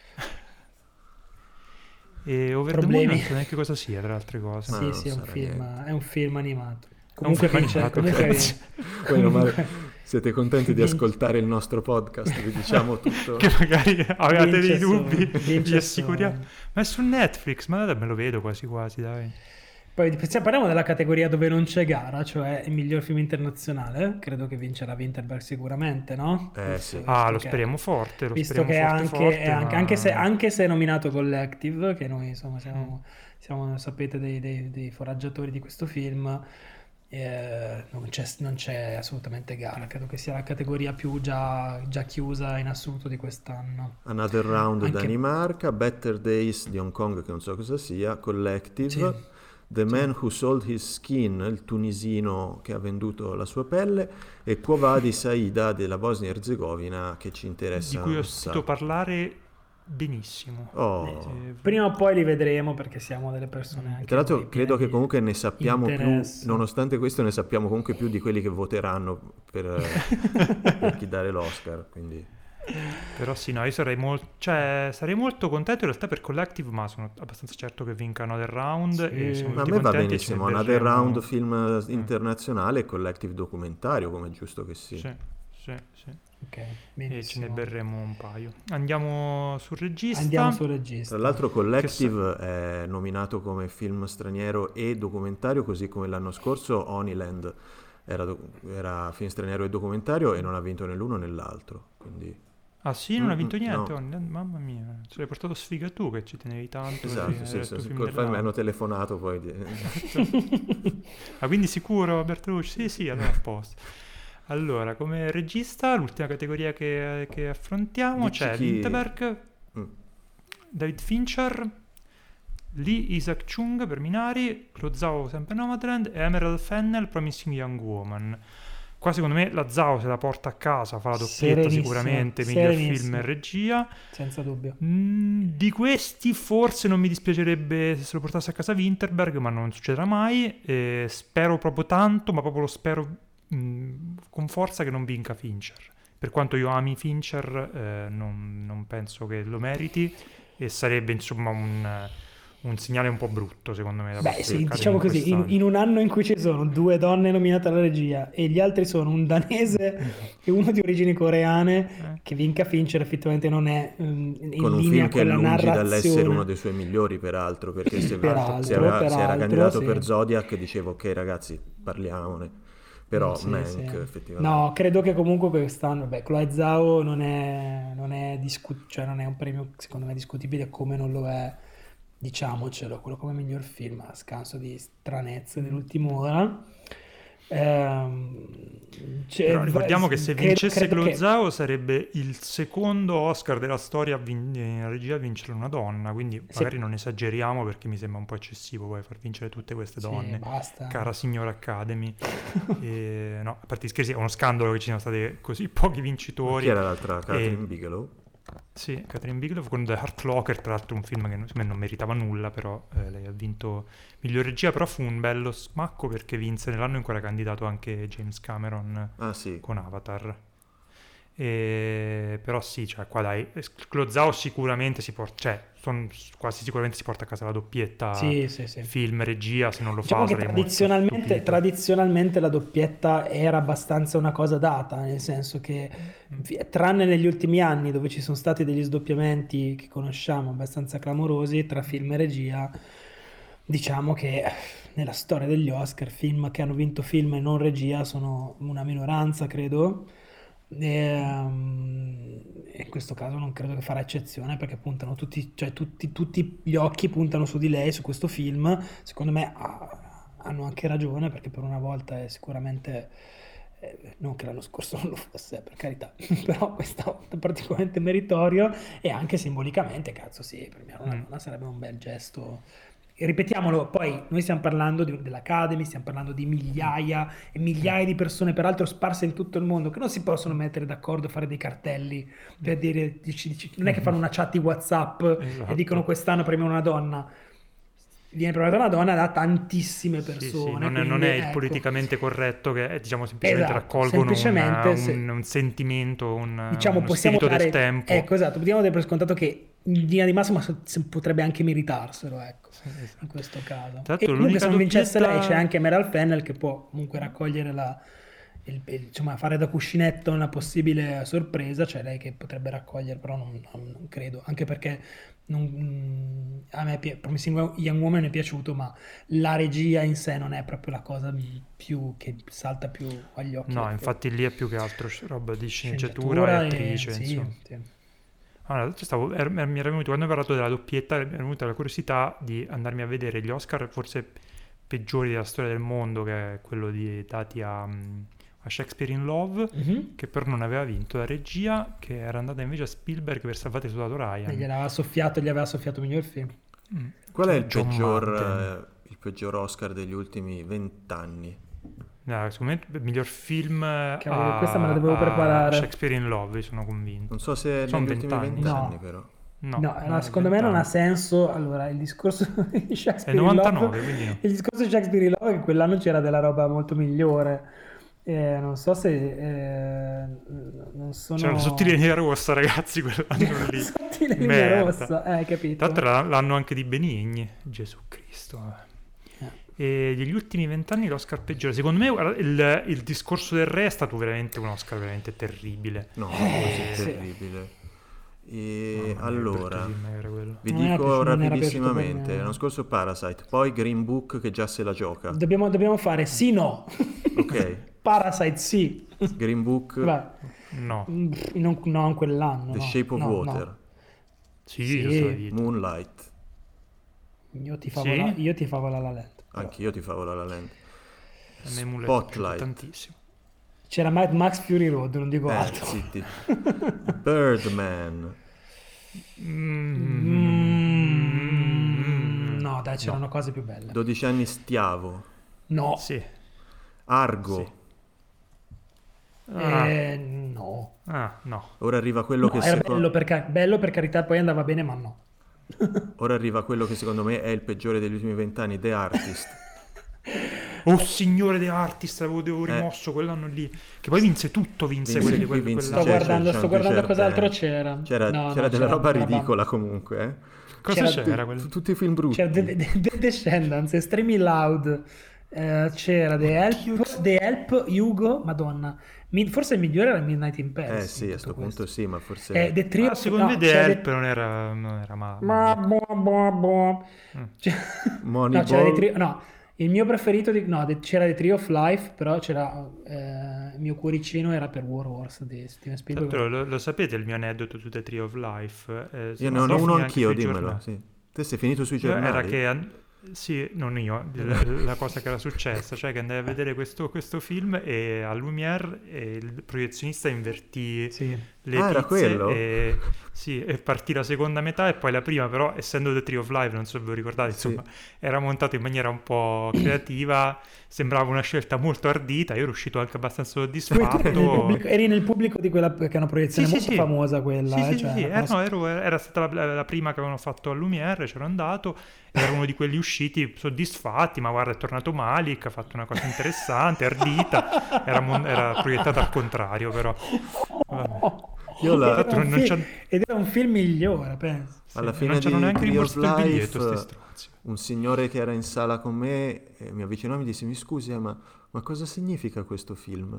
E Over the Problemi. Moon non so neanche cosa sia, tra le altre cose. Ma Sì, non sì, sarà è un film animato. È un film animato, grazie. Poi siete contenti di ascoltare il nostro podcast? Vi diciamo tutto. Che magari avevate Vince dei dubbi, Vince vi assicuriamo. Soul. Ma è su Netflix, ma me lo vedo quasi quasi, dai. Poi parliamo della categoria dove non c'è gara, cioè il miglior film internazionale. Credo che vincerà Winterberg sicuramente, no? Sì. Ah, lo Perché- speriamo forte, lo Visto che speriamo forte, anche ma- anche se è nominato Collective, che noi insomma siamo sapete dei foraggiatori di questo film, non c'è assolutamente gara. Credo che sia la categoria più già chiusa in assoluto di quest'anno. Another Round Anche- Danimarca, Better Days di Hong Kong, che non so cosa sia, Collective, Sì. The Man Who Sold His Skin, il tunisino che ha venduto la sua pelle, e Quo Vadis Aida della Bosnia e Herzegovina, che ci interessa di cui ho un sentito sacco. parlare benissimo. Prima o poi li vedremo perché siamo delle persone anche Tra l'altro noi credo che piene comunque ne sappiamo di più, interesse. nonostante questo ne sappiamo comunque più di quelli che voteranno per chi dare l'Oscar, quindi... Però sì, no, io sarei molto contento in realtà per Collective, ma sono abbastanza certo che vinca Another Round. Sì. E siamo Ma a tutti me va contenti e ce ne benissimo, Another berremo- Round film internazionale e Collective documentario, come è giusto che sia. Sì. Ok, E ce ne benissimo. berremo un paio. Andiamo sul regista. Andiamo sul regista. Tra l'altro Collective è nominato come film straniero e documentario, così come l'anno scorso Honeyland era film straniero e documentario e non ha vinto né l'uno né l'altro, quindi... Ah sì, non ha vinto niente. no. Mamma mia, ce l'hai portato sfiga tu che ci tenevi tanto. Esatto, perché sì, era il tuo film mi dell'anno. hanno telefonato poi. Ah, quindi sicuro Bertolucci? Sì, allora a posto. Allora, come regista, l'ultima categoria che affrontiamo Dici c'è chi- Lindbergh, Mm. David Fincher, Lee Isaac Chung per Minari, Lo Zhao sempre Nomadland e Emerald Fennell Promising Young Woman. Qua secondo me la Zhao se la porta a casa, fa la doppietta Serenissimo, sicuramente, miglior film serenissimo. e regia. Senza dubbio. Di questi forse non mi dispiacerebbe se lo portasse a casa Winterberg, ma non succederà mai. E spero proprio tanto, ma proprio lo spero con forza che non vinca Fincher. Per quanto io ami Fincher, non penso che lo meriti e sarebbe insomma un segnale un po' brutto secondo me. Da Beh, parte sì, dell'Academy diciamo così, quest'anno. in un anno in cui ci sono 2 donne nominate alla regia e gli altri sono un danese e uno di origini coreane, che vinca Fincher effettivamente non è in Con un linea film che è con la lungi dall'essere narrazione. uno dei suoi migliori, peraltro, perché se Peraltro, si era peraltro, candidato sì. per Zodiac, dicevo ok ragazzi, parliamone. Però Sì, Mank, sì. effettivamente. No, credo che comunque quest'anno, Chloe Zhao non è cioè non è un premio secondo me discutibile come non lo è, diciamocelo, quello come miglior film a scanso di stranezze dell'ultima ora. Però ricordiamo che se vincesse credo Chloe che- Zhao sarebbe il secondo Oscar della storia in regia a vincere una donna, quindi Sì. magari non esageriamo perché mi sembra un po' eccessivo poi far vincere tutte queste Sì, donne, basta. cara signora Academy. No, a parte gli scherzi, è uno scandalo che ci siano stati così pochi vincitori. Chi era l'altra? Catherine Bigelow? Sì, Catherine Bigelow con The Hurt Locker, tra l'altro un film che secondo me non meritava nulla, però lei ha vinto miglior regia, però fu un bello smacco perché vinse nell'anno in cui era candidato anche James Cameron Ah sì. con Avatar. Però sì, cioè qua dai, Chloe Zhao sicuramente quasi sicuramente si porta a casa la doppietta Sì. film, regia, se non lo Diciamo fa che sarei molto stupito. tradizionalmente la doppietta era abbastanza una cosa data, nel senso che tranne negli ultimi anni dove ci sono stati degli sdoppiamenti che conosciamo abbastanza clamorosi tra film e regia, diciamo che nella storia degli Oscar film che hanno vinto film e non regia sono una minoranza, credo. E in questo caso non credo che farà eccezione perché puntano tutti gli occhi puntano su di lei, su questo film. Secondo me hanno anche ragione perché per una volta è sicuramente, non che l'anno scorso non lo fosse, per carità, però questa volta è particolarmente meritorio e anche simbolicamente, cazzo sì, premiare una donna sarebbe un bel gesto. E ripetiamolo, poi noi stiamo parlando dell'Academy, stiamo parlando di migliaia e migliaia di persone, peraltro sparse in tutto il mondo, che non si possono mettere d'accordo e fare dei cartelli per dire, non è che fanno una chat di WhatsApp Esatto. e dicono quest'anno premiamo una donna. Viene premiata una donna da tantissime Sì, persone. non quindi, è il ecco. politicamente corretto che diciamo semplicemente Esatto, raccolgono semplicemente un sentimento, diciamo, uno possiamo spirito dare, del tempo. ecco, esatto, possiamo dare per scontato che in linea di massima potrebbe anche meritarselo, ecco, esatto. in questo caso. Tra l'altro E comunque l'unica se non vincesse doppietta- lei c'è anche Meryl Fennell che può comunque raccogliere insomma, fare da cuscinetto una possibile sorpresa, cioè lei che potrebbe raccogliere, però non credo, anche perché a me Promising Young Woman è piaciuto, ma la regia in sé non è proprio la cosa più che salta più agli occhi. No, perché infatti lì è più che altro roba di sceneggiatura e attrice, sì, insomma. sì. Allora, mi era venuto, quando hai parlato della doppietta, mi era venuta la curiosità di andarmi a vedere gli Oscar forse peggiori della storia del mondo, che è quello dati a Shakespeare in Love, Mhm. che però non aveva vinto la regia, che era andata invece a Spielberg per Salvate il Soldato E gli Ryan. aveva soffiato miglior film. Qual è il John Madden. peggior Oscar degli ultimi 20 anni? No, secondo me il miglior film Cavolo, questa me la dovevo preparare. Shakespeare in Love, io sono convinto. Non so se Sono negli ultimi 20 anni. 20 No. anni, però. secondo me non ha senso. Allora, il discorso di È Shakespeare in 99, Love, quindi no. il discorso di Shakespeare in Love è che quell'anno c'era della roba molto migliore. Non so se non sono C'era la sottile linea rossa, ragazzi, quell'anno lì. sottile linea Merda. rossa, hai capito? Tra l'altro l'anno anche di Benigni, Gesù Cristo. E degli ultimi 20 anni l'Oscar peggiore. Secondo me guarda, il discorso del re è stato veramente un Oscar veramente terribile. No, così sì. terribile. E Mamma mia, che allora, brutto film era quello. vi Non era dico piaciuto- non era rapidissimamente, piaciuto per me. l'anno scorso Parasite, poi Green Book che già se la gioca. Dobbiamo fare sì, no. Ok, Parasite sì. Green Book, Vai. No. Non in quell'anno. The no. Shape of No, Water, no. Sì, Sì. io so la vita. Moonlight, Io ti favo Sì? La La Land. anch'io ti favo La La Land. A me Moonlight è piaciuto Spotlight, tantissimo. C'era Max Fury Road, non dico altro. zitti. Birdman, No, dai, c'erano cose più belle. 12 anni Stiavo, No. Sì. Argo, Sì. Ah, No. no. ora arriva quello No, che era bello per carità, poi andava bene, ma no. ora arriva quello che secondo me è il peggiore degli ultimi 20 anni, The Artist. Oh signore The Artist, avevo rimosso quell'anno lì. Che poi vinse tutto, Vinse quelli qui, vinse Sto C'è guardando Jean cos'altro Dujardin. c'era. C'era della roba ridicola comunque, Cosa C'era c'era quello? tutti i film brutti. C'era The Descendants, Extremely Loud, c'era The Help, Hugo, Madonna. Forse il migliore era Midnight in Paris. Sì, in a tutto sto punto questo. sì, ma forse... The Trio, Secondo me The c'era Help non era male. Moneyball. No, c'era no, il mio preferito c'era The Tree of Life, però c'era il mio cuoricino era per War Wars di Steven Tra Spielberg. l'altro lo sapete il mio aneddoto su The Tree of Life? Io ne ho Lo uno finì anche anch'io, sui dimmelo. giornali. Sì. Te sei finito sui Era giornali? che sì, non io, la cosa che era successa, cioè che andai a vedere questo film e a Lumière il proiezionista invertì Sì. le era pizze quello? e partì la seconda metà e poi la prima, però essendo The Tree of Life, non so se ve lo ricordate, Sì. insomma, era montato in maniera un po' creativa, sembrava una scelta molto ardita, io ero uscito anche abbastanza soddisfatto. Eri nel pubblico di quella che è una proiezione Sì, molto sì. famosa quella. Sì, cioè, sì. una cosa- No, era stata la prima che avevano fatto a Lumière, c'ero andato, era uno di quelli usciti soddisfatti, ma guarda è tornato Malik, ha fatto una cosa interessante, ardita, era proiettata al contrario però. Vabbè. Io Ed era un non film- ed era un film migliore, penso. alla Sì, fine non ci hanno di neanche Tree of rimborsato il biglietto, sti Life, stronzi. un signore che era in sala con me mi avvicinò e mi disse: mi scusi, ma cosa significa questo film?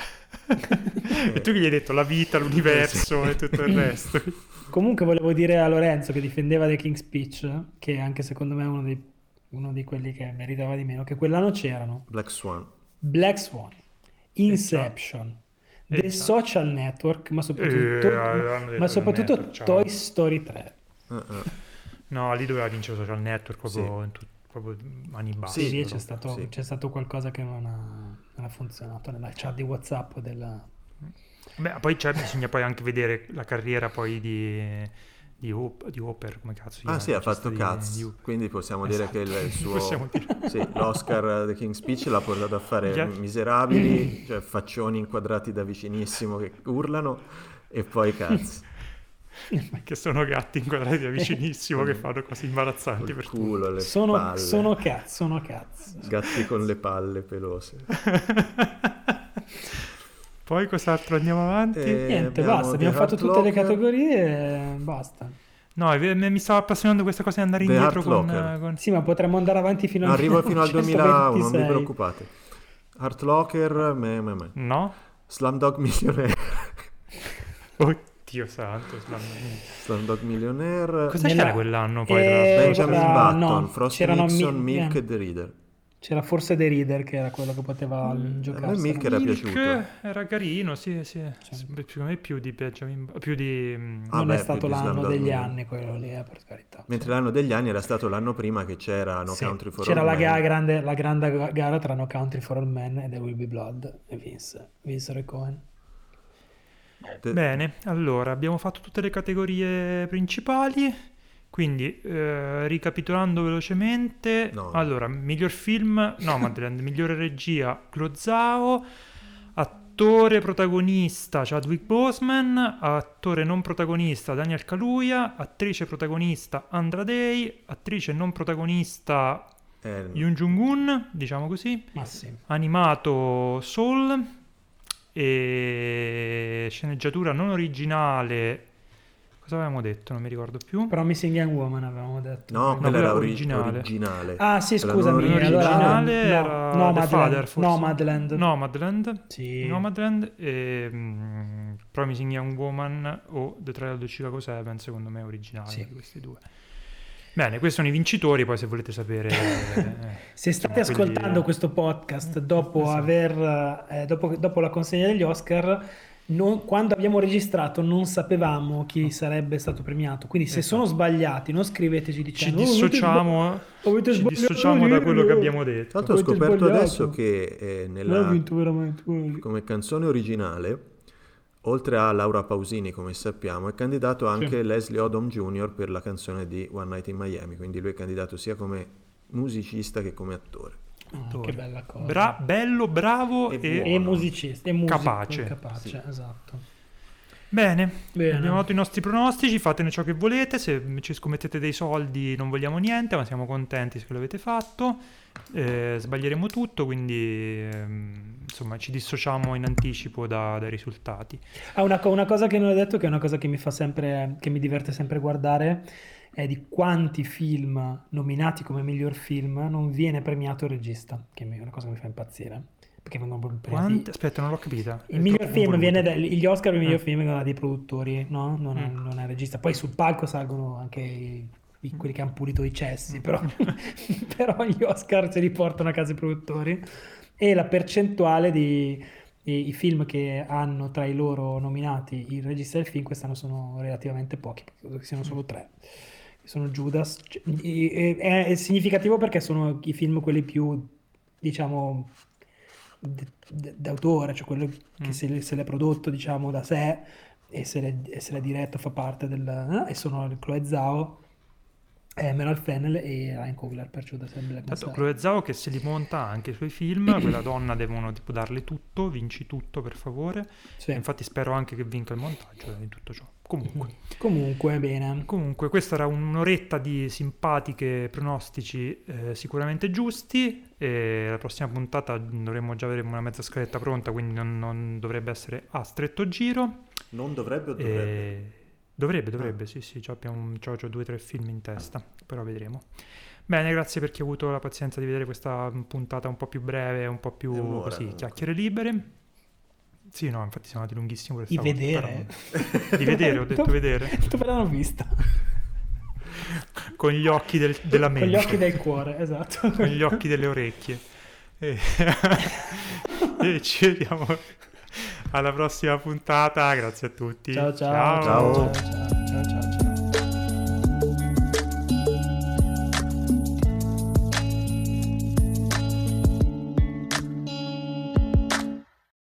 E tu che gli hai detto la vita, l'universo e tutto il resto. Comunque volevo dire a Lorenzo che difendeva The King's Speech, che anche secondo me è uno di quelli che meritava di meno, che quell'anno c'erano Black Swan. Black Swan, Inception, The già. Social Network, ma hanno detto soprattutto Social Network, ciao. Toy Story 3. No, lì doveva vincere Social Network proprio, Sì. proprio mani basse. Sì, Lì però, sì. c'è stato qualcosa che non ha funzionato nella chat di WhatsApp della... Beh, poi bisogna poi anche vedere la carriera poi di Hopper, come cazzo si chiama? Sì, ha il regista fatto di Cats, Hopper. quindi possiamo dire che il suo... Possiamo dire. Sì, l'Oscar The King's Speech l'ha portato a fare Già. Miserabili, cioè faccioni inquadrati da vicinissimo che urlano, e poi Cats. Che sono gatti inquadrati da vicinissimo che fanno cose imbarazzanti Col per tutti. culo, le Sono palle. cazzo. Gatti con le palle pelose. Poi cos'altro andiamo avanti? Niente, abbiamo basta, The abbiamo fatto Hurt tutte le Locker. categorie e basta. No, mi stava appassionando questa cosa di andare The indietro Hurt Locker. con... Sì, ma potremmo andare avanti fino No, arrivo fino al 2001, non vi 126. preoccupate. Hurt Locker, me. No? Slumdog Millionaire. Oddio santo. Slumdog Millionaire. Cosa Nella- c'era quell'anno poi? Tra l'altro? Benjamin c'era- Button, no, Frost c'erano Nixon, mi- Milk e The Reader. C'era forse The Reader che era quello che poteva giocare. a me Milk era Milk piaciuto. era carino, sì. Secondo me più di Benjamin, più di... Ah, Non beh, è stato più di l'anno Slumdog degli Millionaire. anni quello lì, per carità. Mentre l'anno degli anni era stato l'anno prima che c'era No Sì, Country for c'era Old la Men. grande gara tra No Country for All Men e There Will Be Blood e vinsero i Coen. Bene, allora abbiamo fatto tutte le categorie principali. Quindi, ricapitolando velocemente, No. allora, miglior film, Nomadland, migliore regia, Clo Zhao, attore protagonista Chadwick Boseman, attore non protagonista Daniel Kaluuya, attrice protagonista Andra Day, attrice non protagonista Yoon Jung-un, diciamo così, Ma sì. animato Soul, e sceneggiatura non originale. Cosa avevamo detto? Non mi ricordo più. Promising Young Woman avevamo detto. No, No, quella era quella originale. originale. Ah sì, Quella scusami. non L'originale allora, era no, The Father, forse. Nomadland. Sì. Nomadland e Promising Young Woman o The Trial of Chicago 7, secondo me è originale, Sì. di questi due. Bene, questi sono i vincitori, poi se volete sapere... Se state ascoltando questo podcast dopo dopo la consegna degli Oscar, quando abbiamo registrato non sapevamo chi sarebbe stato premiato, quindi se sono sbagliati non scriveteci Ci dicendo dissociamo, da quello che abbiamo detto. Tra l'altro ho Avete scoperto sbagliato. adesso che Non ha vinto veramente quelli. come canzone originale, oltre a Laura Pausini, come sappiamo, è candidato anche Leslie Odom Jr. per la canzone di One Night in Miami, quindi lui è candidato sia come musicista che come attore. Che bella cosa. Bello, bravo E e... buono. E musicista, e musico, Capace. sì. Esatto. Bene, Bene. abbiamo dato i nostri pronostici, fatene ciò che volete, se ci scommettete dei soldi non vogliamo niente, ma siamo contenti se l'avete fatto, sbaglieremo tutto, quindi insomma ci dissociamo in anticipo dai risultati. Una cosa che non ho detto, che è una cosa che mi fa sempre, che mi diverte sempre guardare, è di quanti film nominati come miglior film non viene premiato il regista, che è una cosa che mi fa impazzire. Perché vengono proprio premiati. Aspetta, non l'ho capita. Il miglior film viene gli Oscar per il miglior film vengono dai produttori, no? Non è il regista. Poi sul palco salgono anche quelli che hanno pulito i cessi, però gli Oscar se li portano a casa i produttori. E la percentuale di i film che hanno tra i loro nominati il regista del film quest'anno sono relativamente pochi, credo che siano solo 3. Sono Judas. È significativo perché sono i film quelli più, diciamo, d'autore, cioè quello che se l'è prodotto, diciamo, da sé e se l'è diretto, fa parte del... e sono Chloe Zhao, Emerald Fennell e Ryan Coogler per Judas and Black Tanto Messiah. Chloe Zhao che se li monta anche i suoi film, quella donna devono tipo darle tutto, vinci tutto per favore. Sì. E infatti spero anche che vinca il montaggio in tutto ciò. Comunque bene. Comunque questa era un'oretta di simpatiche pronostici sicuramente giusti, e la prossima puntata dovremmo già avere una mezza scaletta pronta, quindi non dovrebbe essere a stretto giro. Non dovrebbe o dovrebbe? Dovrebbe, sì, c'ho 2 o 3 film in testa, però vedremo. Bene, grazie per chi ha avuto la pazienza di vedere questa puntata un po' più breve, un po' più Un'ora, così, comunque. chiacchiere libere. Sì, no, infatti siamo andati lunghissimo per Di stavolta, vedere? però- Di vedere, ho detto vedere. Dove l'hanno vista? Con gli occhi della mente. Con gli occhi del cuore, esatto. Con gli occhi delle orecchie. E ci vediamo alla prossima puntata. Grazie a tutti. Ciao. Ciao. Ciao.